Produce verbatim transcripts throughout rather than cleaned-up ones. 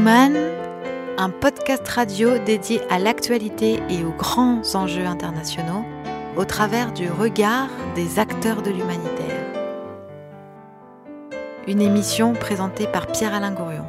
Human, un podcast radio dédié à l'actualité et aux grands enjeux internationaux au travers du regard des acteurs de l'humanitaire. Une émission présentée par Pierre-Alain Gourion.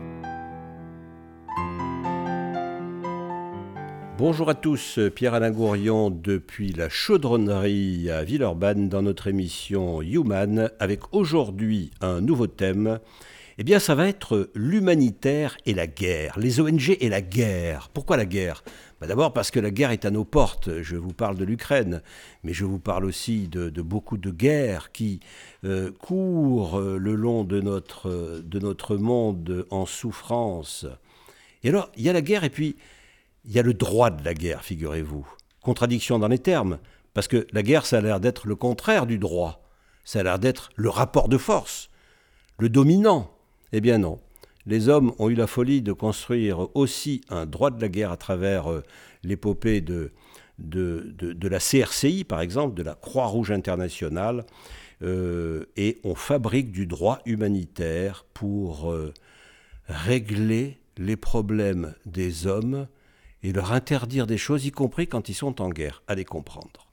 Bonjour à tous, Pierre-Alain Gourion depuis la chaudronnerie à Villeurbanne dans notre émission Human avec aujourd'hui un nouveau thème. Eh bien, ça va être l'humanitaire et la guerre, les O N G et la guerre. Pourquoi la guerre ? Ben d'abord parce que la guerre est à nos portes. Je vous parle de l'Ukraine, mais je vous parle aussi de, de beaucoup de guerres qui euh, courent le long de notre, de notre monde en souffrance. Et alors, il y a la guerre et puis il y a le droit de la guerre, figurez-vous. Contradiction dans les termes, parce que la guerre, ça a l'air d'être le contraire du droit. Ça a l'air d'être le rapport de force, le dominant. Eh bien non, les hommes ont eu la folie de construire aussi un droit de la guerre à travers euh, l'épopée de, de, de, de la C R C I, par exemple, de la Croix-Rouge internationale, euh, et on fabrique du droit humanitaire pour euh, régler les problèmes des hommes et leur interdire des choses, y compris quand ils sont en guerre, à les comprendre.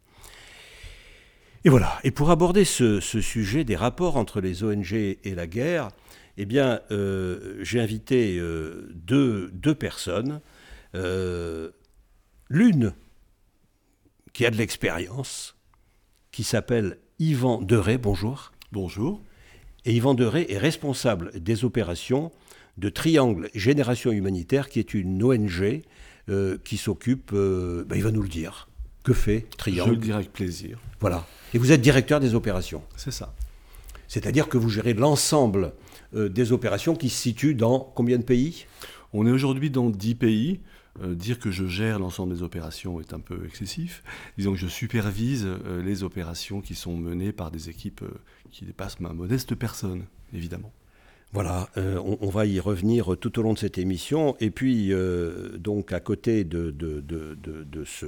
Et voilà, et pour aborder ce, ce sujet des rapports entre les O N G et la guerre, eh bien, euh, j'ai invité euh, deux, deux personnes. Euh, l'une qui a de l'expérience, qui s'appelle Yvan Derey. Bonjour. Bonjour. Et Yvan Derey est responsable des opérations de Triangle Génération Humanitaire, qui est une O N G euh, qui s'occupe, euh, ben, il va nous le dire. Que fait Triangle ? Je le dirai avec plaisir. Voilà. Et vous êtes directeur des opérations. C'est ça. C'est-à-dire que vous gérez l'ensemble euh, des opérations qui se situent dans combien de pays ? On est aujourd'hui dans dix pays. Euh, dire que je gère l'ensemble des opérations est un peu excessif. Disons que je supervise euh, les opérations qui sont menées par des équipes euh, qui dépassent ma modeste personne, évidemment. Voilà, euh, on, on va y revenir tout au long de cette émission. Et puis, euh, donc, à côté de, de, de, de, de ce...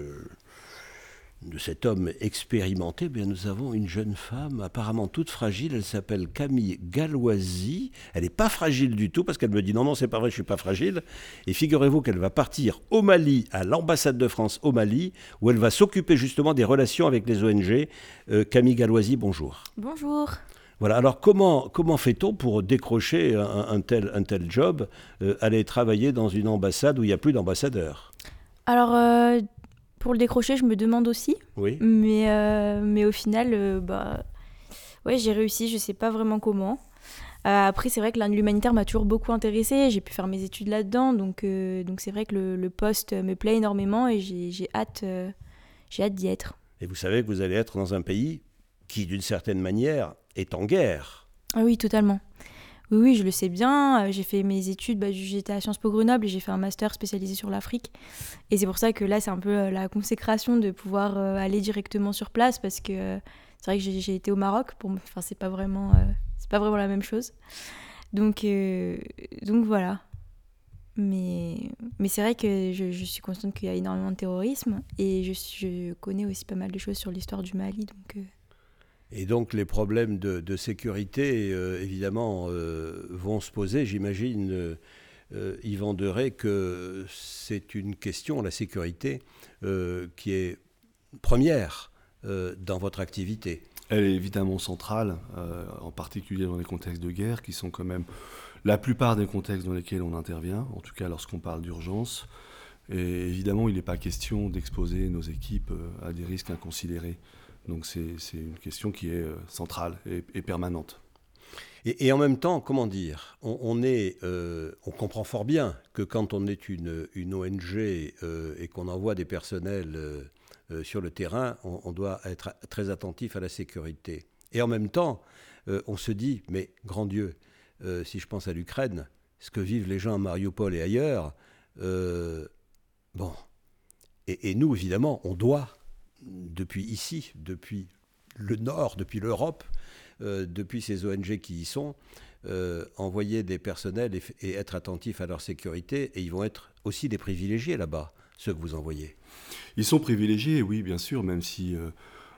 de cet homme expérimenté, eh bien nous avons une jeune femme apparemment toute fragile. Elle s'appelle Camille Galoisi. Elle n'est pas fragile du tout parce qu'elle me dit non, non, c'est pas vrai, je suis pas fragile. Et figurez-vous qu'elle va partir au Mali, à l'ambassade de France au Mali, où elle va s'occuper justement des relations avec les O N G. Euh, Camille Galoisi, bonjour. Bonjour. Voilà, alors comment, comment fait-on pour décrocher un, un, tel, un tel job, euh, aller travailler dans une ambassade où il n'y a plus d'ambassadeur ? Alors... Euh... Pour le décrocher, je me demande aussi. Oui. Mais, euh, mais au final, euh, bah, ouais, j'ai réussi, je ne sais pas vraiment comment. Euh, après, c'est vrai que l'humanitaire m'a toujours beaucoup intéressée. J'ai pu faire mes études là-dedans. Donc, euh, donc c'est vrai que le, le poste me plaît énormément et j'ai, j'ai, hâte, euh, j'ai hâte d'y être. Et vous savez que vous allez être dans un pays qui, d'une certaine manière, est en guerre. Ah oui, totalement. Oui, oui, je le sais bien. J'ai fait mes études, bah, j'étais à Sciences Po Grenoble et j'ai fait un master spécialisé sur l'Afrique. Et c'est pour ça que là, c'est un peu la consécration de pouvoir euh, aller directement sur place parce que euh, c'est vrai que j'ai, j'ai été au Maroc. Pour, enfin, c'est pas vraiment, euh, c'est pas vraiment la même chose. Donc, euh, donc voilà. Mais, mais c'est vrai que je, je suis consciente qu'il y a énormément de terrorisme et je, je connais aussi pas mal de choses sur l'histoire du Mali. Donc... Euh, Et donc les problèmes de, de sécurité, euh, évidemment, euh, vont se poser. J'imagine, euh, euh, Yvan Derey, que c'est une question, la sécurité, euh, qui est première euh, dans votre activité. Elle est évidemment centrale, euh, en particulier dans les contextes de guerre, qui sont quand même la plupart des contextes dans lesquels on intervient, en tout cas lorsqu'on parle d'urgence. Et évidemment, il n'est pas question d'exposer nos équipes à des risques inconsidérés. Donc c'est, c'est une question qui est euh, centrale et, et permanente. Et, et en même temps, comment dire, on, on, est, euh, on comprend fort bien que quand on est une, une O N G euh, et qu'on envoie des personnels euh, euh, sur le terrain, on, on doit être très attentif à la sécurité. Et en même temps, euh, on se dit, mais grand Dieu, euh, si je pense à l'Ukraine, ce que vivent les gens à Mariupol et ailleurs, euh, bon, et, et nous, évidemment, on doit... depuis ici, depuis le Nord, depuis l'Europe, euh, depuis ces O N G qui y sont, euh, envoyer des personnels et, et être attentifs à leur sécurité. Et ils vont être aussi des privilégiés là-bas, ceux que vous envoyez. Ils sont privilégiés, oui, bien sûr, même si euh,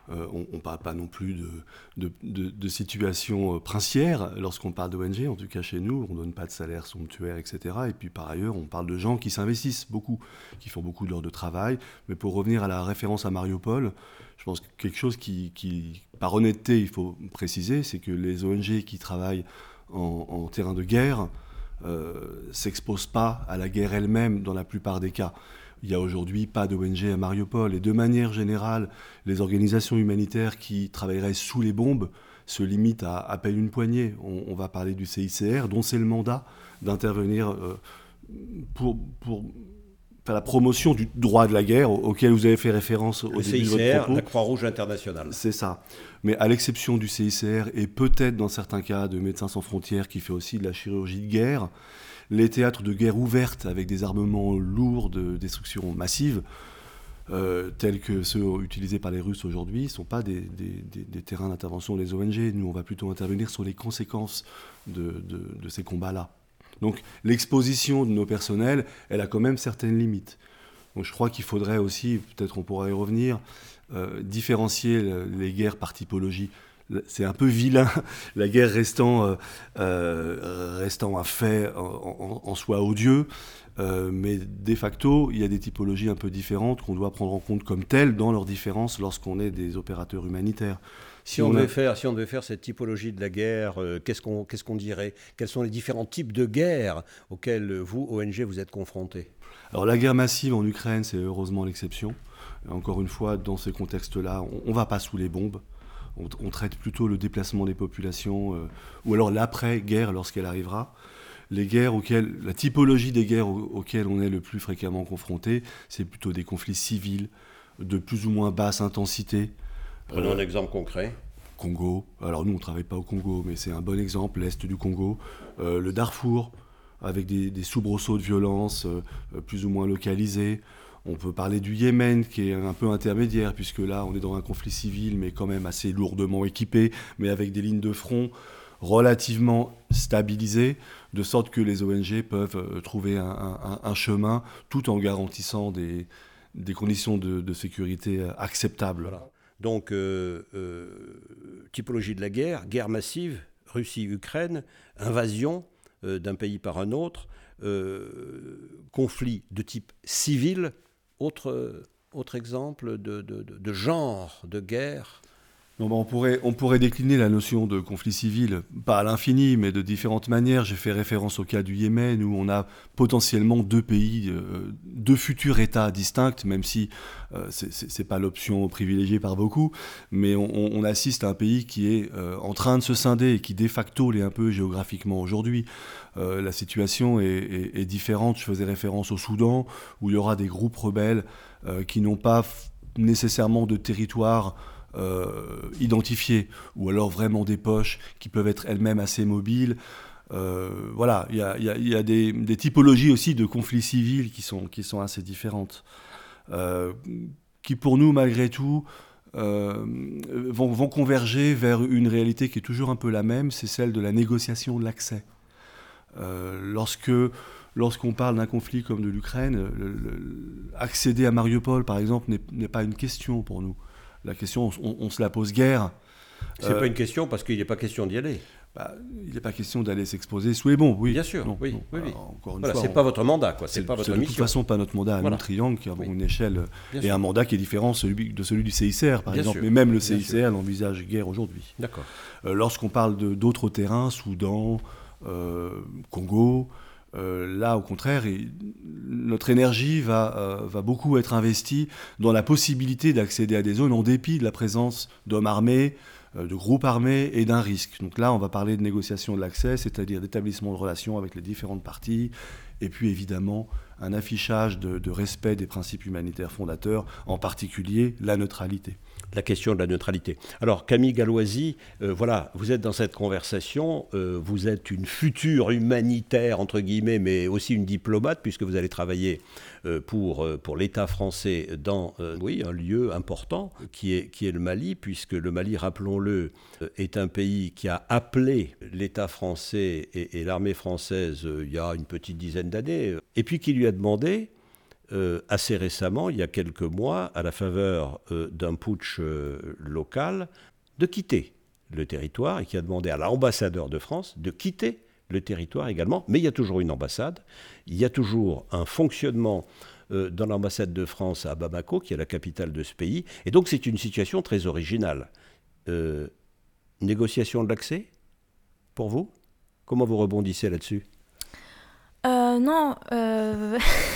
Euh, on ne parle pas non plus de, de, de, de situation princière lorsqu'on parle d'O N G, en tout cas chez nous, on ne donne pas de salaire somptuaire, et cetera. Et puis par ailleurs, on parle de gens qui s'investissent beaucoup, qui font beaucoup d'heures de travail. Mais pour revenir à la référence à Mariupol, je pense que quelque chose qui, qui par honnêteté, il faut préciser, c'est que les O N G qui travaillent en, en terrain de guerre euh, ne s'exposent pas à la guerre elle-même dans la plupart des cas. Il n'y a aujourd'hui pas d'O N G à Mariupol. Et de manière générale, les organisations humanitaires qui travailleraient sous les bombes se limitent à à peine une poignée. On, on va parler du C I C R, dont c'est le mandat d'intervenir euh, pour, pour faire la promotion du droit de la guerre, auquel vous avez fait référence au le début C I C R, de votre propos. la Croix-Rouge internationale. C'est ça. Mais à l'exception du C I C R, et peut-être dans certains cas de Médecins sans frontières, qui fait aussi de la chirurgie de guerre, les théâtres de guerre ouvertes avec des armements lourds de destruction massive, euh, tels que ceux utilisés par les Russes aujourd'hui, ne sont pas des, des, des, des terrains d'intervention des O N G. Nous, on va plutôt intervenir sur les conséquences de, de, de ces combats-là. Donc l'exposition de nos personnels, elle a quand même certaines limites. Donc je crois qu'il faudrait aussi, peut-être on pourra y revenir, euh, différencier les guerres par typologie. C'est un peu vilain, la guerre restant, euh, euh, restant un fait en, en, en soi odieux, euh, mais de facto, il y a des typologies un peu différentes qu'on doit prendre en compte comme telles dans leurs différences lorsqu'on est des opérateurs humanitaires. Si on, on devait a... faire, si on devait faire cette typologie de la guerre, euh, qu'est-ce qu'on, qu'est-ce qu'on dirait ? Quels sont les différents types de guerres auxquels vous, O N G, vous êtes confrontés ? Alors la guerre massive en Ukraine, c'est heureusement l'exception. Encore une fois, dans ce contexte-là, on ne va pas sous les bombes. On, on traite plutôt le déplacement des populations, euh, ou alors l'après-guerre lorsqu'elle arrivera. Les guerres auxquelles, la typologie des guerres aux, auxquelles on est le plus fréquemment confronté, c'est plutôt des conflits civils, de plus ou moins basse intensité. Prenons euh, un exemple concret. Congo. Alors nous, on ne travaille pas au Congo, mais c'est un bon exemple, l'Est du Congo. Euh, le Darfour, avec des, des soubresauts de violence euh, plus ou moins localisés. On peut parler du Yémen, qui est un peu intermédiaire, puisque là, on est dans un conflit civil, mais quand même assez lourdement équipé, mais avec des lignes de front relativement stabilisées, de sorte que les O N G peuvent trouver un, un, un chemin, tout en garantissant des, des conditions de, de sécurité acceptables. Voilà. Donc, euh, euh, typologie de la guerre, guerre massive, Russie-Ukraine, invasion euh, d'un pays par un autre, euh, conflit de type civil. Autre, autre exemple de, de, de, de genre de guerre. Non, ben on, pourrait, on pourrait décliner la notion de conflit civil, pas à l'infini, mais de différentes manières. J'ai fait référence au cas du Yémen, où on a potentiellement deux pays, euh, deux futurs États distincts, même si euh, ce n'est pas l'option privilégiée par beaucoup, mais on, on assiste à un pays qui est euh, en train de se scinder et qui de facto l'est un peu géographiquement aujourd'hui. Euh, la situation est, est, est différente. Je faisais référence au Soudan, où il y aura des groupes rebelles euh, qui n'ont pas f- nécessairement de territoire Euh, identifiées, ou alors vraiment des poches qui peuvent être elles-mêmes assez mobiles. Euh, voilà, il y a, y a, y a des, des typologies aussi de conflits civils qui sont, qui sont assez différentes, euh, qui pour nous, malgré tout, euh, vont, vont converger vers une réalité qui est toujours un peu la même, c'est celle de la négociation de l'accès. Euh, lorsque... Lorsqu'on parle d'un conflit comme de l'Ukraine, le, le, accéder à Mariupol, par exemple, n'est, n'est pas une question pour nous. La question, on, on se la pose guère. C'est euh, pas une question parce qu'il n'est pas question d'y aller. Bah, il n'est pas question d'aller s'exposer sous les bombes, oui. Bien sûr, non, oui. non. oui, oui. Alors, encore une voilà, fois, c'est on... pas votre mandat, quoi. C'est, c'est pas votre c'est mission. De toute façon, pas notre mandat à voilà. nous, Triangle, qui avons oui. une échelle Bien et sûr. un mandat qui est différent celui, de celui du C I C R, par Bien exemple. sûr. Mais même le Bien C I C R l'envisage guère aujourd'hui. D'accord. Euh, lorsqu'on parle de, d'autres terrains, Soudan, euh, Congo... Euh, là, au contraire, et notre énergie va, euh, va beaucoup être investie dans la possibilité d'accéder à des zones en dépit de la présence d'hommes armés, euh, de groupes armés et d'un risque. Donc là, on va parler de négociation de l'accès, c'est-à-dire d'établissement de relations avec les différentes parties, et puis évidemment un affichage de, de respect des principes humanitaires fondateurs, en particulier la neutralité. La question de la neutralité. Alors Camille Galloisi, euh, voilà, vous êtes dans cette conversation, euh, vous êtes une future humanitaire, entre guillemets, mais aussi une diplomate, puisque vous allez travailler euh, pour, euh, pour l'État français dans euh, oui, un lieu important, qui est, qui est le Mali, puisque le Mali, rappelons-le, euh, est un pays qui a appelé l'État français et, et l'armée française euh, il y a une petite dizaine d'années, et puis qui lui a demandé euh, assez récemment, il y a quelques mois, à la faveur euh, d'un putsch euh, local, de quitter le territoire et qui a demandé à l'ambassadeur de France de quitter le territoire également. Mais il y a toujours une ambassade, il y a toujours un fonctionnement euh, dans l'ambassade de France à Bamako, qui est la capitale de ce pays. Et donc c'est une situation très originale. Euh, négociation de l'accès, pour vous ? Comment vous rebondissez là-dessus ? euh, Non, euh...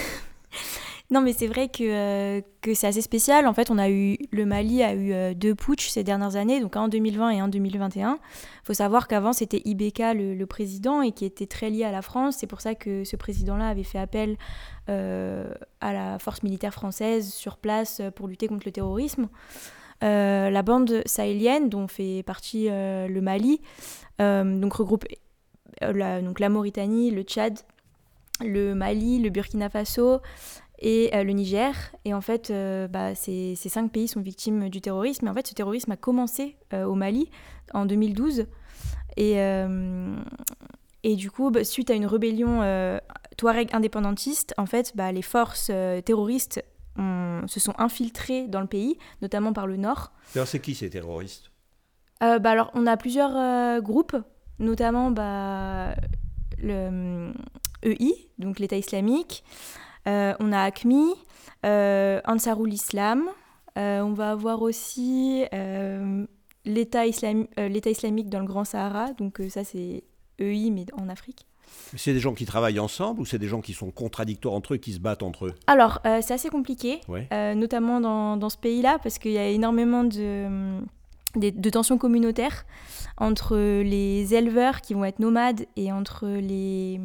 non, mais c'est vrai que, euh, que c'est assez spécial. En fait, on a eu, le Mali a eu euh, deux putschs ces dernières années, donc un en deux mille vingt et un en deux mille vingt et un. Il faut savoir qu'avant, c'était I B K le, le président et qui était très lié à la France. C'est pour ça que ce président-là avait fait appel euh, à la force militaire française sur place pour lutter contre le terrorisme. Euh, la bande sahélienne, dont fait partie euh, le Mali, euh, donc regroupe euh, la, donc la Mauritanie, le Tchad, le Mali, le Burkina Faso et euh, le Niger. Et en fait, euh, bah, ces, ces cinq pays sont victimes du terrorisme. Et en fait, ce terrorisme a commencé euh, au Mali en deux mille douze. Et, euh, et du coup, bah, suite à une rébellion euh, touareg indépendantiste, en fait, bah, les forces euh, terroristes ont, se sont infiltrées dans le pays, notamment par le nord. Alors, c'est qui ces terroristes ? euh, bah, Alors, on a plusieurs euh, groupes, notamment bah, le E I, donc l'État islamique. Euh, on a A Q M I, euh, Ansarul Islam. Euh, on va avoir aussi euh, l'État, islami- euh, l'État islamique dans le Grand Sahara. Donc euh, ça, c'est E I, mais en Afrique. C'est des gens qui travaillent ensemble ou c'est des gens qui sont contradictoires entre eux, qui se battent entre eux ? Alors, euh, c'est assez compliqué, ouais. euh, notamment dans, dans ce pays-là, parce qu'il y a énormément de, de, de tensions communautaires entre les éleveurs qui vont être nomades et entre les...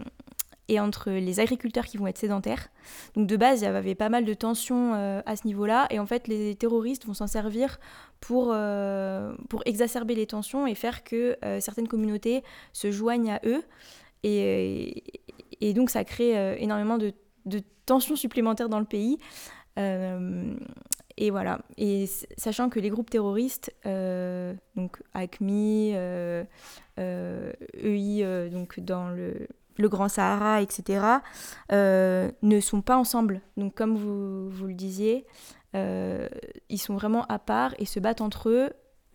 et entre les agriculteurs qui vont être sédentaires. Donc de base, il y avait pas mal de tensions euh, à ce niveau-là, et en fait, les terroristes vont s'en servir pour, euh, pour exacerber les tensions et faire que euh, certaines communautés se joignent à eux, et, et donc ça crée euh, énormément de, de tensions supplémentaires dans le pays. Euh, et voilà, et sachant que les groupes terroristes, euh, donc A Q M I, euh, euh, E I, euh, donc dans le... le Grand Sahara, et cetera, euh, ne sont pas ensemble. Donc, comme vous, vous le disiez, euh, ils sont vraiment à part et se battent entre eux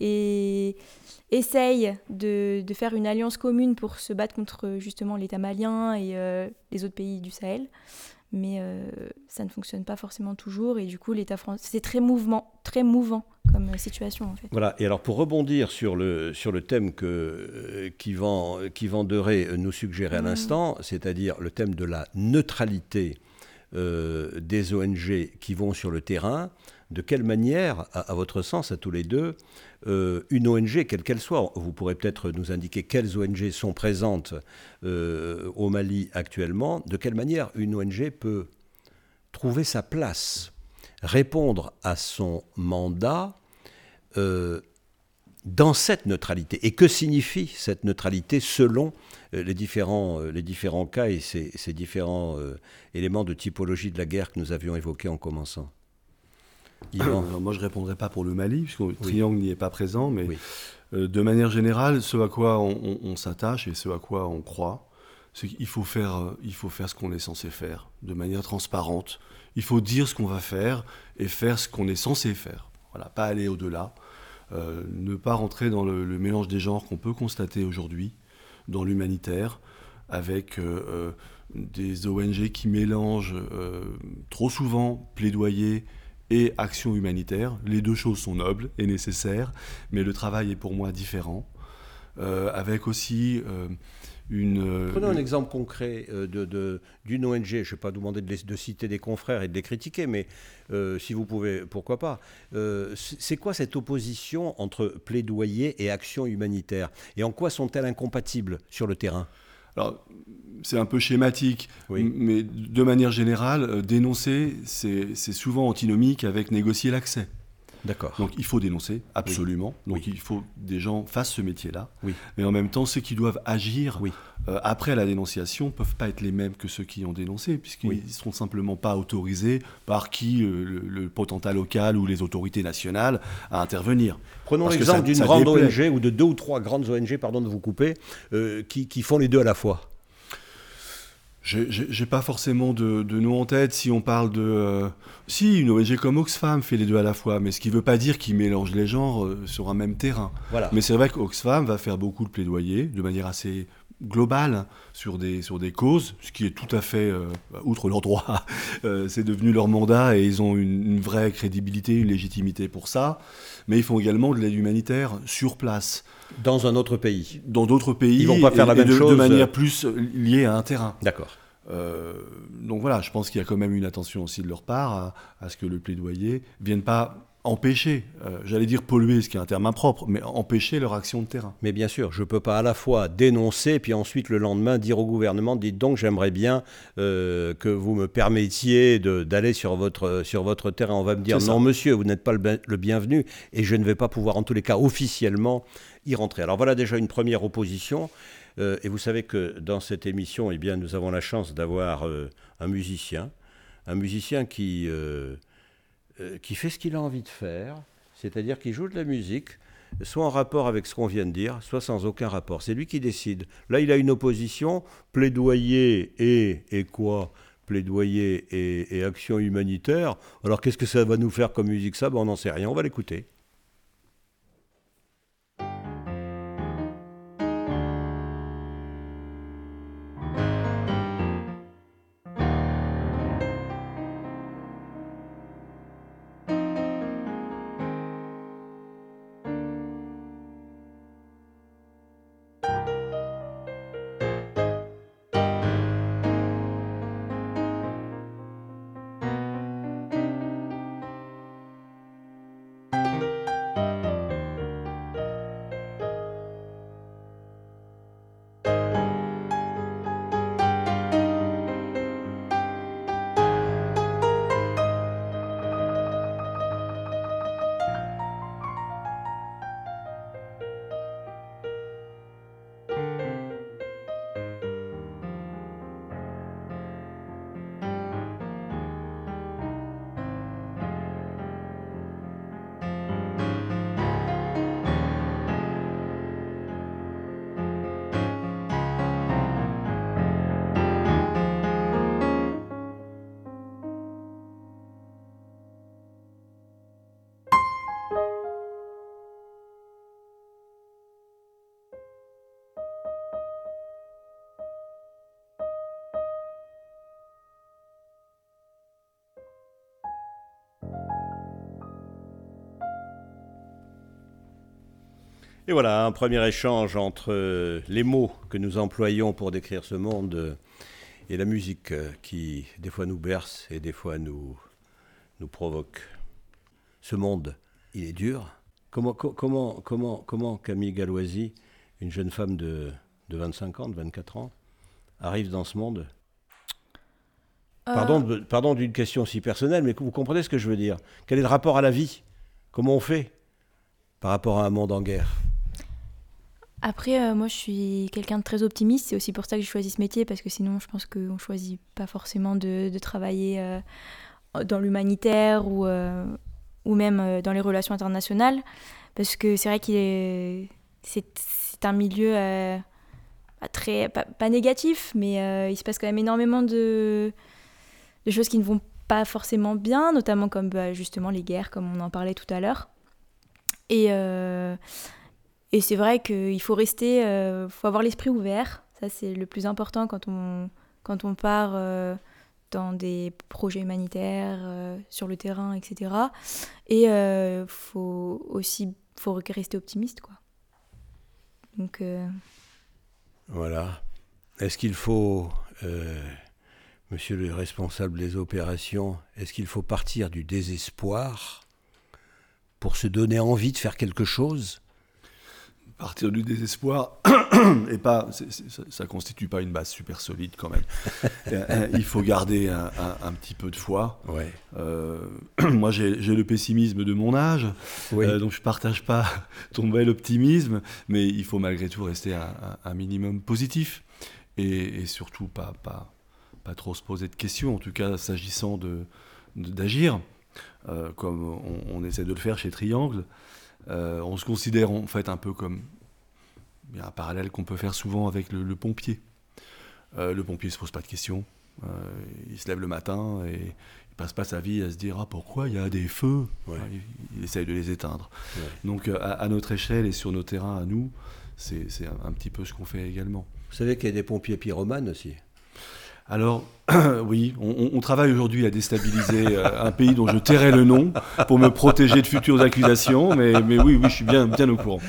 et essayent de, de faire une alliance commune pour se battre contre, justement, l'État malien et euh, les autres pays du Sahel. Mais euh, ça ne fonctionne pas forcément toujours. Et du coup, l'État français, c'est très mouvement, très mouvant comme situation, en fait. Voilà, et alors pour rebondir sur le, sur le thème que, euh, qu'Yvan, qu'Yvan Derey nous suggérait à mmh. l'instant, c'est-à-dire le thème de la neutralité euh, des O N G qui vont sur le terrain, de quelle manière, à, à votre sens, à tous les deux, euh, une O N G, quelle qu'elle soit, vous pourrez peut-être nous indiquer quelles O N G sont présentes euh, au Mali actuellement, de quelle manière une O N G peut trouver sa place, répondre à son mandat euh, dans cette neutralité. Et que signifie cette neutralité selon euh, les, différents, euh, les différents cas et ces, ces différents euh, éléments de typologie de la guerre que nous avions évoqués en commençant ? Alors, moi, je ne répondrai pas pour le Mali, puisque le oui. triangle n'y est pas présent, mais oui. euh, de manière générale, ce à quoi on, on, on s'attache et ce à quoi on croit, c'est qu'il faut faire, euh, il faut faire ce qu'on est censé faire, de manière transparente. Il faut dire ce qu'on va faire et faire ce qu'on est censé faire. Voilà, pas aller au-delà. Euh, ne pas rentrer dans le, le mélange des genres qu'on peut constater aujourd'hui, dans l'humanitaire, avec euh, euh, des O N G qui mélangent euh, trop souvent plaidoyer et action humanitaire. Les deux choses sont nobles et nécessaires, mais le travail est pour moi différent. Euh, avec aussi euh, une... Prenons un exemple concret euh, de, de, d'une O N G. Je ne vais pas vous demander de, les, de citer des confrères et de les critiquer, mais euh, si vous pouvez, pourquoi pas. Euh, c'est quoi cette opposition entre plaidoyer et action humanitaire ? Et en quoi sont-elles incompatibles sur le terrain ? Alors, c'est un peu schématique, oui. mais de manière générale, euh, dénoncer, c'est, c'est souvent antinomique avec négocier l'accès. D'accord. Donc il faut dénoncer, absolument. Oui. Donc oui. il faut que des gens fassent ce métier-là. Oui. Mais en même temps, ceux qui doivent agir oui. euh, après la dénonciation ne peuvent pas être les mêmes que ceux qui ont dénoncé, puisqu'ils ne oui. seront simplement pas autorisés par qui, euh, le, le potentat local ou les autorités nationales, à intervenir. Prenons Parce l'exemple ça, d'une ça grande déplaît. O N G ou de deux ou trois grandes O N G, pardon de vous couper, euh, qui, qui font les deux à la fois. J'ai pas forcément de, de nom en tête. Si on parle de... Euh, si, une O N G comme Oxfam fait les deux à la fois, mais ce qui ne veut pas dire qu'il mélange les genres euh, sur un même terrain. Voilà. Mais c'est vrai qu'Oxfam va faire beaucoup de plaidoyer, de manière assez globale, sur des, sur des causes, ce qui est tout à fait, euh, outre leur droit, euh, c'est devenu leur mandat et ils ont une, une vraie crédibilité, une légitimité pour ça. Mais ils font également de l'aide humanitaire sur place. Dans un autre pays. Dans d'autres pays. Ils vont pas faire et, la même de, chose. De manière plus liée à un terrain. D'accord. Euh, donc voilà, je pense qu'il y a quand même une attention aussi de leur part à, à ce que le plaidoyer ne vienne pas empêcher, euh, j'allais dire polluer, ce qui est un terme impropre, mais empêcher leur action de terrain. Mais bien sûr, je ne peux pas à la fois dénoncer, puis ensuite le lendemain dire au gouvernement, dites donc, j'aimerais bien euh, que vous me permettiez de, d'aller sur votre, sur votre terrain. On va me dire, non monsieur, vous n'êtes pas le, le bienvenu, et je ne vais pas pouvoir, en tous les cas, officiellement, y rentrer. Alors voilà déjà une première opposition. Euh, et vous savez que dans cette émission, eh bien, nous avons la chance d'avoir euh, un musicien, un musicien qui... Euh, qui fait ce qu'il a envie de faire, c'est-à-dire qu'il joue de la musique, soit en rapport avec ce qu'on vient de dire, soit sans aucun rapport. C'est lui qui décide. Là, il a une opposition, plaidoyer et, et quoi ? Plaidoyer et, et action humanitaire. Alors, qu'est-ce que ça va nous faire comme musique, ça ? Ben, on n'en sait rien, on va l'écouter. Et voilà, un premier échange entre les mots que nous employons pour décrire ce monde et la musique qui, des fois, nous berce et des fois nous, nous provoque. Ce monde, il est dur. Comment, comment, comment, comment Camille Galloisy, une jeune femme de, de vingt-cinq ans, de vingt-quatre ans, arrive dans ce monde ? euh... Pardon, pardon d'une question si personnelle, mais vous comprenez ce que je veux dire. Quel est le rapport à la vie ? Comment on fait par rapport à un monde en guerre ? Après, euh, moi, je suis quelqu'un de très optimiste. C'est aussi pour ça que j'ai choisi ce métier, parce que sinon, je pense qu'on ne choisit pas forcément de, de travailler euh, dans l'humanitaire ou, euh, ou même euh, dans les relations internationales. Parce que c'est vrai qu'il est, c'est, c'est un milieu euh, pas, très, pas, pas négatif, mais euh, il se passe quand même énormément de, de choses qui ne vont pas forcément bien, notamment comme bah, justement les guerres, comme on en parlait tout à l'heure. Et... Euh, Et c'est vrai qu'il faut rester, euh, faut avoir l'esprit ouvert. Ça, c'est le plus important quand on, quand on part euh, dans des projets humanitaires, euh, sur le terrain, et cetera. Et il euh, faut aussi faut rester optimiste, quoi. Donc, euh... Voilà. Est-ce qu'il faut, euh, monsieur le responsable des opérations, est-ce qu'il faut partir du désespoir pour se donner envie de faire quelque chose ? Partir du désespoir, et pas, c'est, c'est, ça ne constitue pas une base super solide quand même. Il faut garder un, un, un petit peu de foi. Ouais. Euh, moi, j'ai, j'ai le pessimisme de mon âge, oui. euh, donc je ne partage pas ton bel optimisme, mais il faut malgré tout rester un, un, un minimum positif et, et surtout pas, pas, pas trop se poser de questions, en tout cas s'agissant de, de, d'agir, euh, comme on, on essaie de le faire chez Triangle. Euh, on se considère en fait un peu comme, il y a un parallèle qu'on peut faire souvent avec le, le pompier. Euh, le pompier ne se pose pas de questions. Euh, il se lève le matin et il passe pas sa vie à se dire ah, pourquoi il y a des feux. Ouais. Enfin, il, il essaye de les éteindre. Ouais. Donc à, à notre échelle et sur nos terrains à nous, c'est, c'est un, un petit peu ce qu'on fait également. Vous savez qu'il y a des pompiers pyromanes aussi. Alors, oui, on, on travaille aujourd'hui à déstabiliser euh, un pays dont je tairai le nom pour me protéger de futures accusations, mais, mais oui, oui, je suis bien, bien au courant.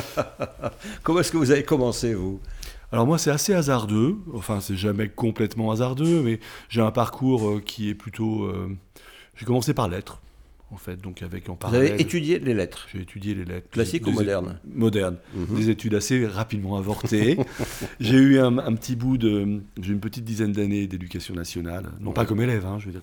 Comment est-ce que vous avez commencé, vous ? Alors moi, c'est assez hasardeux, enfin, c'est jamais complètement hasardeux, mais j'ai un parcours euh, qui est plutôt... Euh, j'ai commencé par lettres, en fait, donc avec en Vous parallèle... avez étudié les lettres ? J'ai étudié les lettres. Classiques des, ou modernes ? Modernes. Mhm. Des études assez rapidement avortées. J'ai eu un, un petit bout de... J'ai une petite dizaine d'années d'éducation nationale. Non Ouais. pas comme élève, hein, je veux dire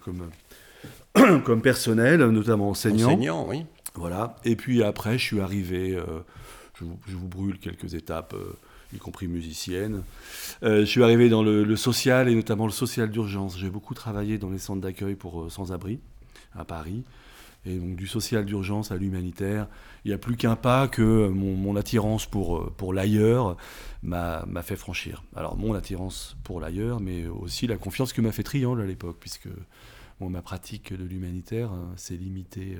comme, comme personnel, notamment enseignant. Enseignant, oui. Voilà. Et puis après, je suis arrivé... Euh, je, vous, je vous brûle quelques étapes, euh, y compris musicienne. Euh, je suis arrivé dans le, le social, et notamment le social d'urgence. J'ai beaucoup travaillé dans les centres d'accueil pour euh, sans-abri, à Paris. Et donc du social d'urgence à l'humanitaire, il n'y a plus qu'un pas que mon, mon attirance pour, pour l'ailleurs m'a, m'a fait franchir. Alors mon attirance pour l'ailleurs, mais aussi la confiance que m'a fait Triangle à l'époque, puisque bon, ma pratique de l'humanitaire hein, s'est limitée euh,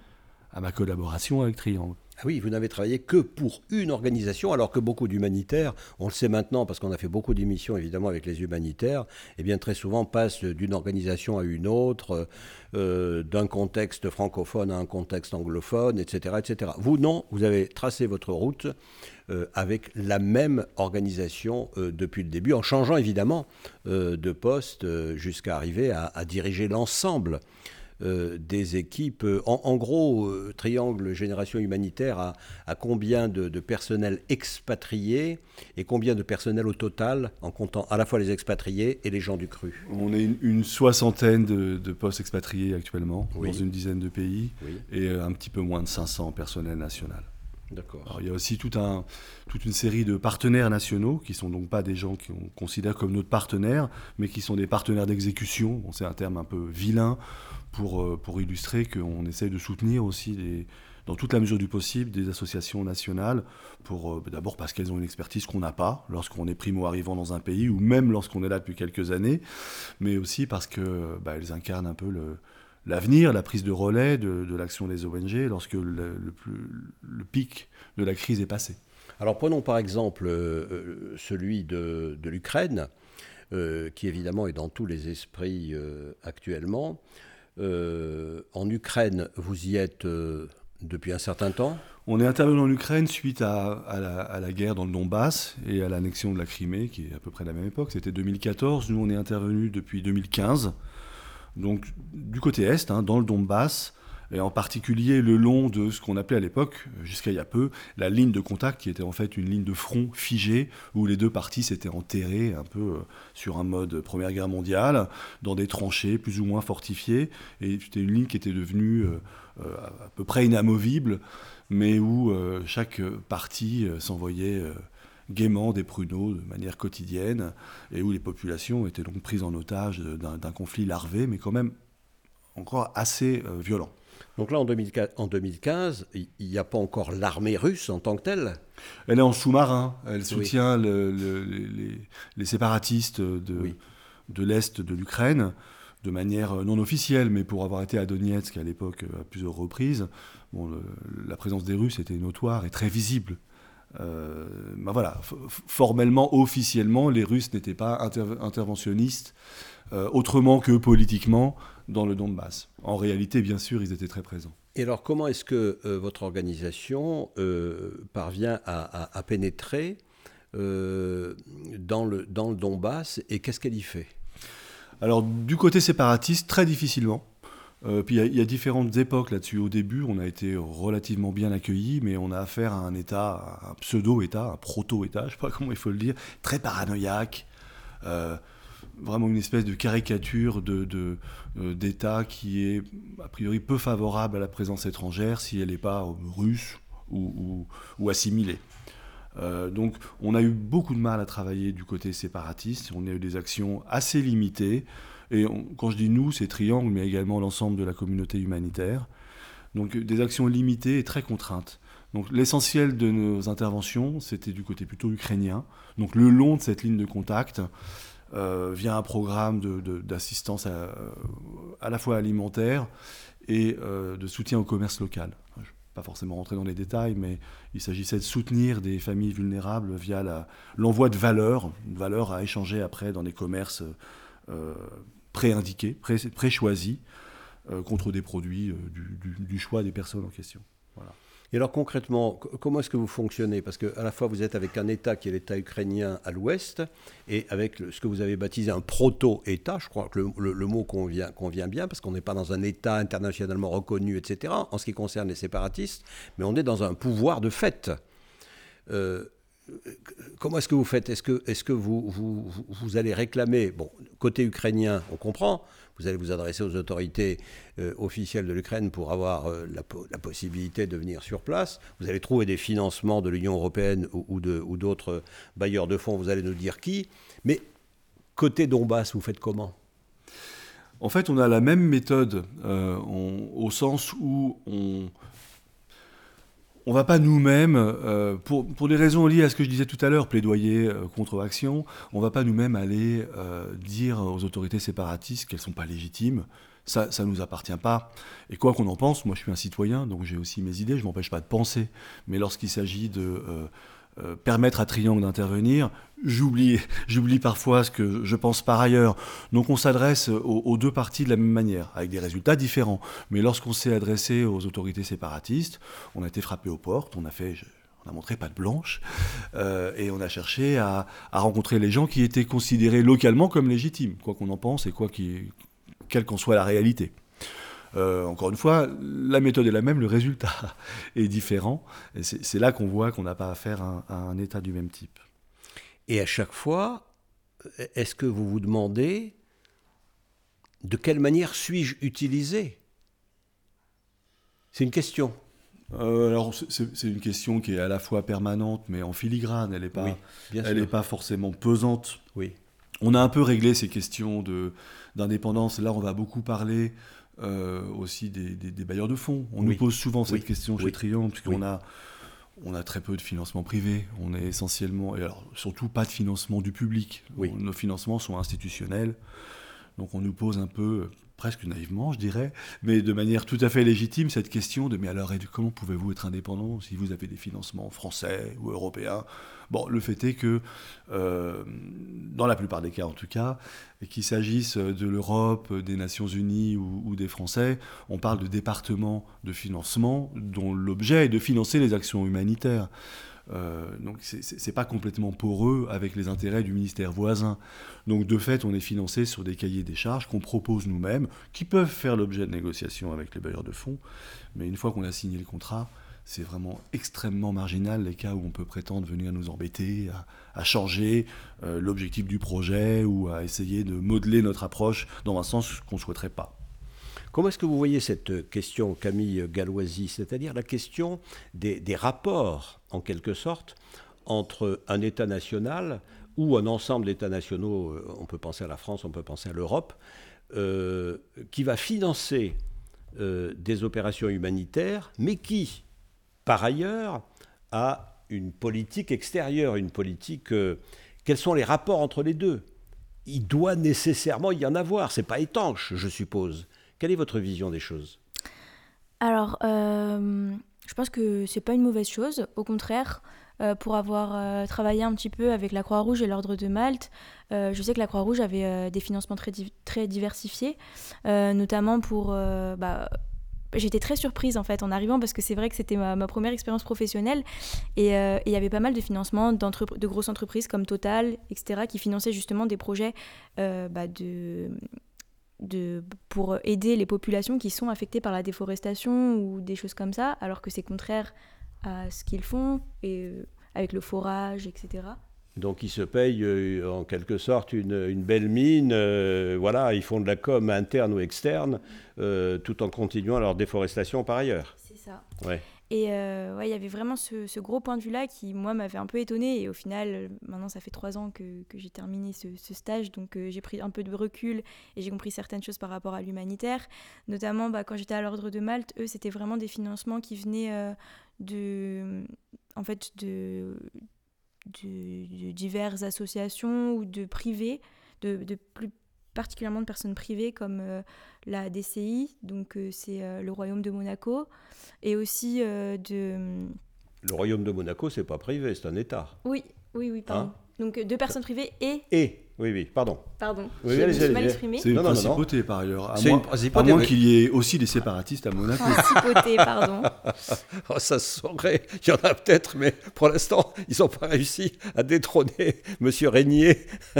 à ma collaboration avec Triangle. Ah oui, vous n'avez travaillé que pour une organisation, alors que beaucoup d'humanitaires, on le sait maintenant parce qu'on a fait beaucoup d'émissions évidemment avec les humanitaires, eh bien très souvent passent d'une organisation à une autre, euh, d'un contexte francophone à un contexte anglophone, et cetera, et cetera. Vous, non, vous avez tracé votre route euh, avec la même organisation euh, depuis le début, en changeant évidemment euh, de poste euh, jusqu'à arriver à, à diriger l'ensemble Euh, des équipes. En, en gros, euh, Triangle Génération Humanitaire a, a combien de, de personnel expatriés et combien de personnel au total, en comptant à la fois les expatriés et les gens du cru ? On est une, une soixantaine de, de postes expatriés actuellement, Oui. dans une dizaine de pays, Oui. et un petit peu moins de cinq cents personnel national. D'accord. Alors, il y a aussi tout un, toute une série de partenaires nationaux qui ne sont donc pas des gens qu'on considère comme notre partenaires, mais qui sont des partenaires d'exécution. Bon, c'est un terme un peu vilain pour, pour illustrer qu'on essaye de soutenir aussi, des, dans toute la mesure du possible, des associations nationales, pour, d'abord parce qu'elles ont une expertise qu'on n'a pas lorsqu'on est primo-arrivant dans un pays, ou même lorsqu'on est là depuis quelques années, mais aussi parce qu'elles bah, incarnent un peu le... l'avenir, la prise de relais de, de l'action des O N G lorsque le, le, plus, le pic de la crise est passé. Alors prenons par exemple euh, celui de, de l'Ukraine, euh, qui évidemment est dans tous les esprits euh, actuellement. Euh, en Ukraine, vous y êtes euh, depuis un certain temps ? On est intervenu en Ukraine suite à, à, la, à la guerre dans le Donbass et à l'annexion de la Crimée, qui est à peu près la même époque. C'était deux mille quatorze. Nous, on est intervenu depuis deux mille quinze. Donc du côté est, hein, dans le Donbass, et en particulier le long de ce qu'on appelait à l'époque, jusqu'à il y a peu, la ligne de contact, qui était en fait une ligne de front figée, où les deux parties s'étaient enterrées un peu euh, sur un mode Première Guerre mondiale, dans des tranchées plus ou moins fortifiées, et c'était une ligne qui était devenue euh, euh, à peu près inamovible, mais où euh, chaque partie euh, s'envoyait... Euh, gaiement des pruneaux de manière quotidienne, et où les populations étaient donc prises en otage d'un, d'un conflit larvé, mais quand même encore assez euh, violent. Donc là, en deux mille quinze, il n'y a pas encore l'armée russe en tant que telle ? Elle est en sous-marin, elle soutient oui. le, le, les, les séparatistes de, oui. de l'Est de l'Ukraine, de manière non officielle, mais pour avoir été à Donetsk à l'époque à plusieurs reprises, bon, le, la présence des Russes était notoire et très visible. Euh, ben voilà, f- formellement, officiellement, les Russes n'étaient pas inter- interventionnistes euh, autrement que politiquement dans le Donbass. En réalité, bien sûr, ils étaient très présents. Et alors, comment est-ce que euh, votre organisation euh, parvient à, à, à pénétrer euh, dans, le, dans le Donbass, et qu'est-ce qu'elle y fait ? Alors, du côté séparatiste, très difficilement. Euh, puis il y, y a différentes époques là-dessus. Au début, on a été relativement bien accueillis, mais on a affaire à un État, un pseudo-État, un proto-État, je ne sais pas comment il faut le dire, très paranoïaque, euh, vraiment une espèce de caricature de, de, euh, d'État qui est a priori peu favorable à la présence étrangère si elle n'est pas euh, russe ou, ou, ou assimilée. Euh, donc on a eu beaucoup de mal à travailler du côté séparatiste, on a eu des actions assez limitées. Et on, quand je dis nous, c'est Triangle, mais également l'ensemble de la communauté humanitaire. Donc des actions limitées et très contraintes. Donc l'essentiel de nos interventions, c'était du côté plutôt ukrainien. Donc le long de cette ligne de contact, euh, via un programme de, de, d'assistance à, à la fois alimentaire et euh, de soutien au commerce local. Je ne vais pas forcément rentrer dans les détails, mais il s'agissait de soutenir des familles vulnérables via la, l'envoi de valeurs, une valeur à échanger après dans des commerces euh, pré-indiqués, pré, pré-choisis, euh, contre des produits euh, du, du, du choix des personnes en question. Voilà. Et alors concrètement, comment est-ce que vous fonctionnez ? Parce qu'à la fois vous êtes avec un État qui est l'État ukrainien à l'ouest, et avec ce que vous avez baptisé un proto-État, je crois que le, le, le mot convient, convient bien, parce qu'on n'est pas dans un État internationalement reconnu, et cetera, en ce qui concerne les séparatistes, mais on est dans un pouvoir de fait. Euh, comment est-ce que vous faites ? Est-ce que, est-ce que vous, vous, vous allez réclamer, bon, côté ukrainien, on comprend, vous allez vous adresser aux autorités euh, officielles de l'Ukraine pour avoir euh, la, la possibilité de venir sur place. Vous allez trouver des financements de l'Union européenne ou, ou, de, ou d'autres bailleurs de fonds, vous allez nous dire qui. Mais côté Donbass, vous faites comment ? En fait, on a la même méthode, euh, on, au sens où on... On ne va pas nous-mêmes, euh, pour, pour des raisons liées à ce que je disais tout à l'heure, plaidoyer euh, contre action, on ne va pas nous-mêmes aller euh, dire aux autorités séparatistes qu'elles ne sont pas légitimes. Ça ne nous appartient pas. Et quoi qu'on en pense, moi je suis un citoyen, donc j'ai aussi mes idées, je ne m'empêche pas de penser. Mais lorsqu'il s'agit de euh, euh, permettre à Triangle d'intervenir, j'oublie, j'oublie parfois ce que je pense par ailleurs. Donc on s'adresse aux, aux deux parties de la même manière, avec des résultats différents. Mais lorsqu'on s'est adressé aux autorités séparatistes, on a été frappé aux portes, on a fait... Je, on a montré patte blanche, euh, et on a cherché à, à rencontrer les gens qui étaient considérés localement comme légitimes, quoi qu'on en pense et quoi qui, quelle qu'en soit la réalité. Euh, encore une fois, la méthode est la même, le résultat est différent. Et c'est, c'est là qu'on voit qu'on n'a pas affaire à, à un État du même type. Et à chaque fois, est-ce que vous vous demandez de quelle manière suis-je utilisé ? C'est une question. Euh, alors c'est, c'est une question qui est à la fois permanente, mais en filigrane. Elle n'est pas, oui, elle n'est pas forcément pesante. Oui. On a un peu réglé ces questions de, d'indépendance. Là, on va beaucoup parler euh, aussi des, des, des bailleurs de fonds. On oui. nous pose souvent cette oui. question chez oui. Triangle, puisqu'on oui. a, on a très peu de financement privé. On est essentiellement, et alors surtout pas de financement du public. Oui. On, nos financements sont institutionnels. Donc on nous pose un peu, presque naïvement je dirais, mais de manière tout à fait légitime, cette question de « mais alors comment pouvez-vous être indépendant si vous avez des financements français ou européens ?» Bon, le fait est que, euh, dans la plupart des cas en tout cas, qu'il s'agisse de l'Europe, des Nations Unies ou, ou des Français, on parle de départements de financement dont l'objet est de financer les actions humanitaires. Euh, donc c'est, c'est, c'est pas complètement poreux avec les intérêts du ministère voisin. Donc de fait, on est financé sur des cahiers des charges qu'on propose nous-mêmes, qui peuvent faire l'objet de négociations avec les bailleurs de fonds. Mais une fois qu'on a signé le contrat, c'est vraiment extrêmement marginal les cas où on peut prétendre venir nous embêter, à, à changer euh, l'objectif du projet ou à essayer de modeler notre approche dans un sens qu'on ne souhaiterait pas. Comment est-ce que vous voyez cette question, Camille Galloisi, c'est-à-dire la question des, des rapports, en quelque sorte, entre un État national ou un ensemble d'États nationaux, on peut penser à la France, on peut penser à l'Europe, euh, qui va financer euh, des opérations humanitaires, mais qui, par ailleurs, a une politique extérieure, une politique... Euh, quels sont les rapports entre les deux ? Il doit nécessairement y en avoir, c'est pas étanche, je suppose. Quelle est votre vision des choses ? Alors, euh, je pense que c'est pas une mauvaise chose. Au contraire, euh, pour avoir euh, travaillé un petit peu avec la Croix-Rouge et l'Ordre de Malte, euh, je sais que la Croix-Rouge avait euh, des financements très, di- très diversifiés, euh, notamment pour... Euh, bah, j'étais très surprise en fait en arrivant parce que c'est vrai que c'était ma, ma première expérience professionnelle et il euh, y avait pas mal de financements de grosses entreprises comme Total, et cetera qui finançaient justement des projets euh, bah, de... De, pour aider les populations qui sont affectées par la déforestation ou des choses comme ça, alors que c'est contraire à ce qu'ils font, et, euh, avec le forage, et cetera. Donc ils se payent euh, en quelque sorte une, une belle mine, euh, voilà, ils font de la com interne ou externe, euh, tout en continuant leur déforestation par ailleurs. C'est ça. Ouais. Et euh, ouais, il y avait vraiment ce, ce gros point de vue-là qui, moi, m'avait un peu étonnée. Et au final, maintenant, ça fait trois ans que, que j'ai terminé ce, ce stage. Donc, euh, j'ai pris un peu de recul et j'ai compris certaines choses par rapport à l'humanitaire. Notamment, bah, quand j'étais à l'Ordre de Malte, eux, c'était vraiment des financements qui venaient euh, de, en fait, de, de, de diverses associations ou de privés, de, de plus particulièrement de personnes privées comme euh, la D C I, donc euh, c'est euh, le Royaume de Monaco, et aussi euh, de... Le Royaume de Monaco, c'est pas privé, c'est un État. Oui, oui, oui, pardon. Hein donc euh, de personnes privées et... Et, oui, oui, pardon. Pardon, Oui, je allez, me suis allez, mal allez. exprimée. C'est une Non, non, non, principauté par ailleurs. À C'est moins, une principauté, à moins oui. qu'il y ait aussi des séparatistes à Monaco. Principauté, pardon. Oh, ça se saurait, il y en a peut-être, mais pour l'instant, ils n'ont pas réussi à détrôner Monsieur Régnier.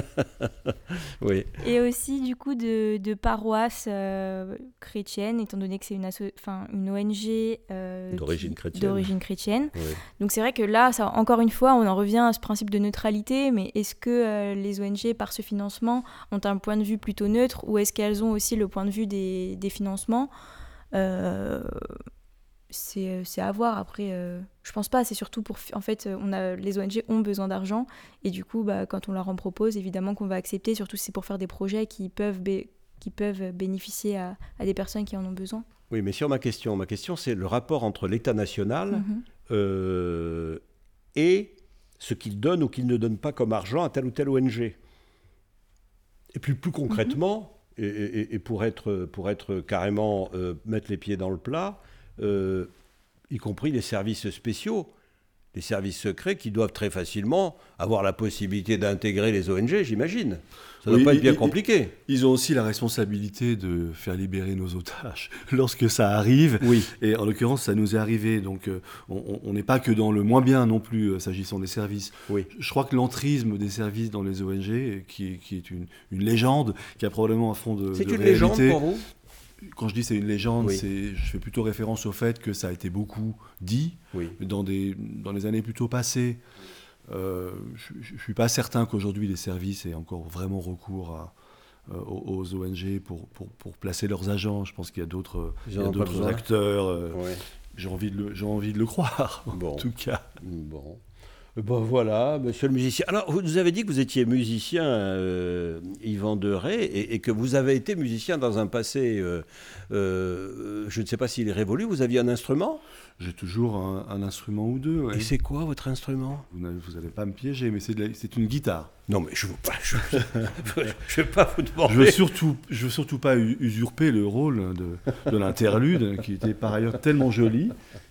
Oui. Et aussi, du coup, de, de paroisses euh, chrétiennes, étant donné que c'est une, asso- enfin, une O N G euh, D'origine qui- chrétienne. d'origine chrétienne. Oui. Donc c'est vrai que là, ça, encore une fois, on en revient à ce principe de neutralité, mais est-ce que euh, les O N G, par ce financement, ont un point de vue plutôt neutre, ou est-ce qu'elles ont aussi le point de vue des, des financements euh, c'est, c'est à voir. Après, euh, je pense pas, c'est surtout pour... En fait, on a, les O N G ont besoin d'argent, et du coup, bah, quand on leur en propose, évidemment qu'on va accepter, surtout si c'est pour faire des projets qui peuvent, bé- qui peuvent bénéficier à, à des personnes qui en ont besoin. Oui, mais sur ma question, ma question, c'est le rapport entre l'État national Mhm. euh, et ce qu'il donne ou qu'il ne donne pas comme argent à telle ou telle O N G. Et puis plus concrètement, et, et- et pour, être, pour être carrément euh, mettre les pieds dans le plat, euh, y compris les services spéciaux, les services secrets qui doivent très facilement avoir la possibilité d'intégrer les O N G, j'imagine. Ça ne Oui, doit pas être et- bien et- compliqué. Ils ont aussi la responsabilité de faire libérer nos otages lorsque ça arrive. Oui. Et en l'occurrence, ça nous est arrivé. Donc, euh, on on n'est pas que dans le moins bien non plus, euh, s'agissant des services. Oui. Je crois que l'entrisme des services dans les O N G, qui, est- qui est une, une légende, qui a probablement un fond de, C'est de une réalité. légende pour vous? Quand je dis c'est une légende, Oui. c'est, je fais plutôt référence au fait que ça a été beaucoup dit Oui. dans, des, dans les années plutôt passées. Euh, je ne suis pas certain qu'aujourd'hui les services aient encore vraiment recours à, euh, aux, aux O N G pour, pour, pour placer leurs agents. Je pense qu'il y a d'autres, Ils il y en a ont pas d'autres besoin. acteurs. euh, Ouais. j'ai, envie de le, j'ai envie de le croire, Bon. en tout cas. Bon. Bon, voilà, monsieur le musicien. Alors, vous nous avez dit que vous étiez musicien, euh, Yvan Deray, et, et que vous avez été musicien dans un passé, euh, euh, je ne sais pas s'il est révolu. Vous aviez un instrument? J'ai toujours un, un instrument ou deux. ouais. Et c'est quoi votre instrument? Vous n'allez, vous allez pas me piéger, mais c'est, de la- c'est une guitare. Non, mais je ne veux pas, je, je vais pas vous demander. Je veux surtout, je veux surtout pas u- usurper le rôle de, de l'interlude, qui était par ailleurs tellement joli.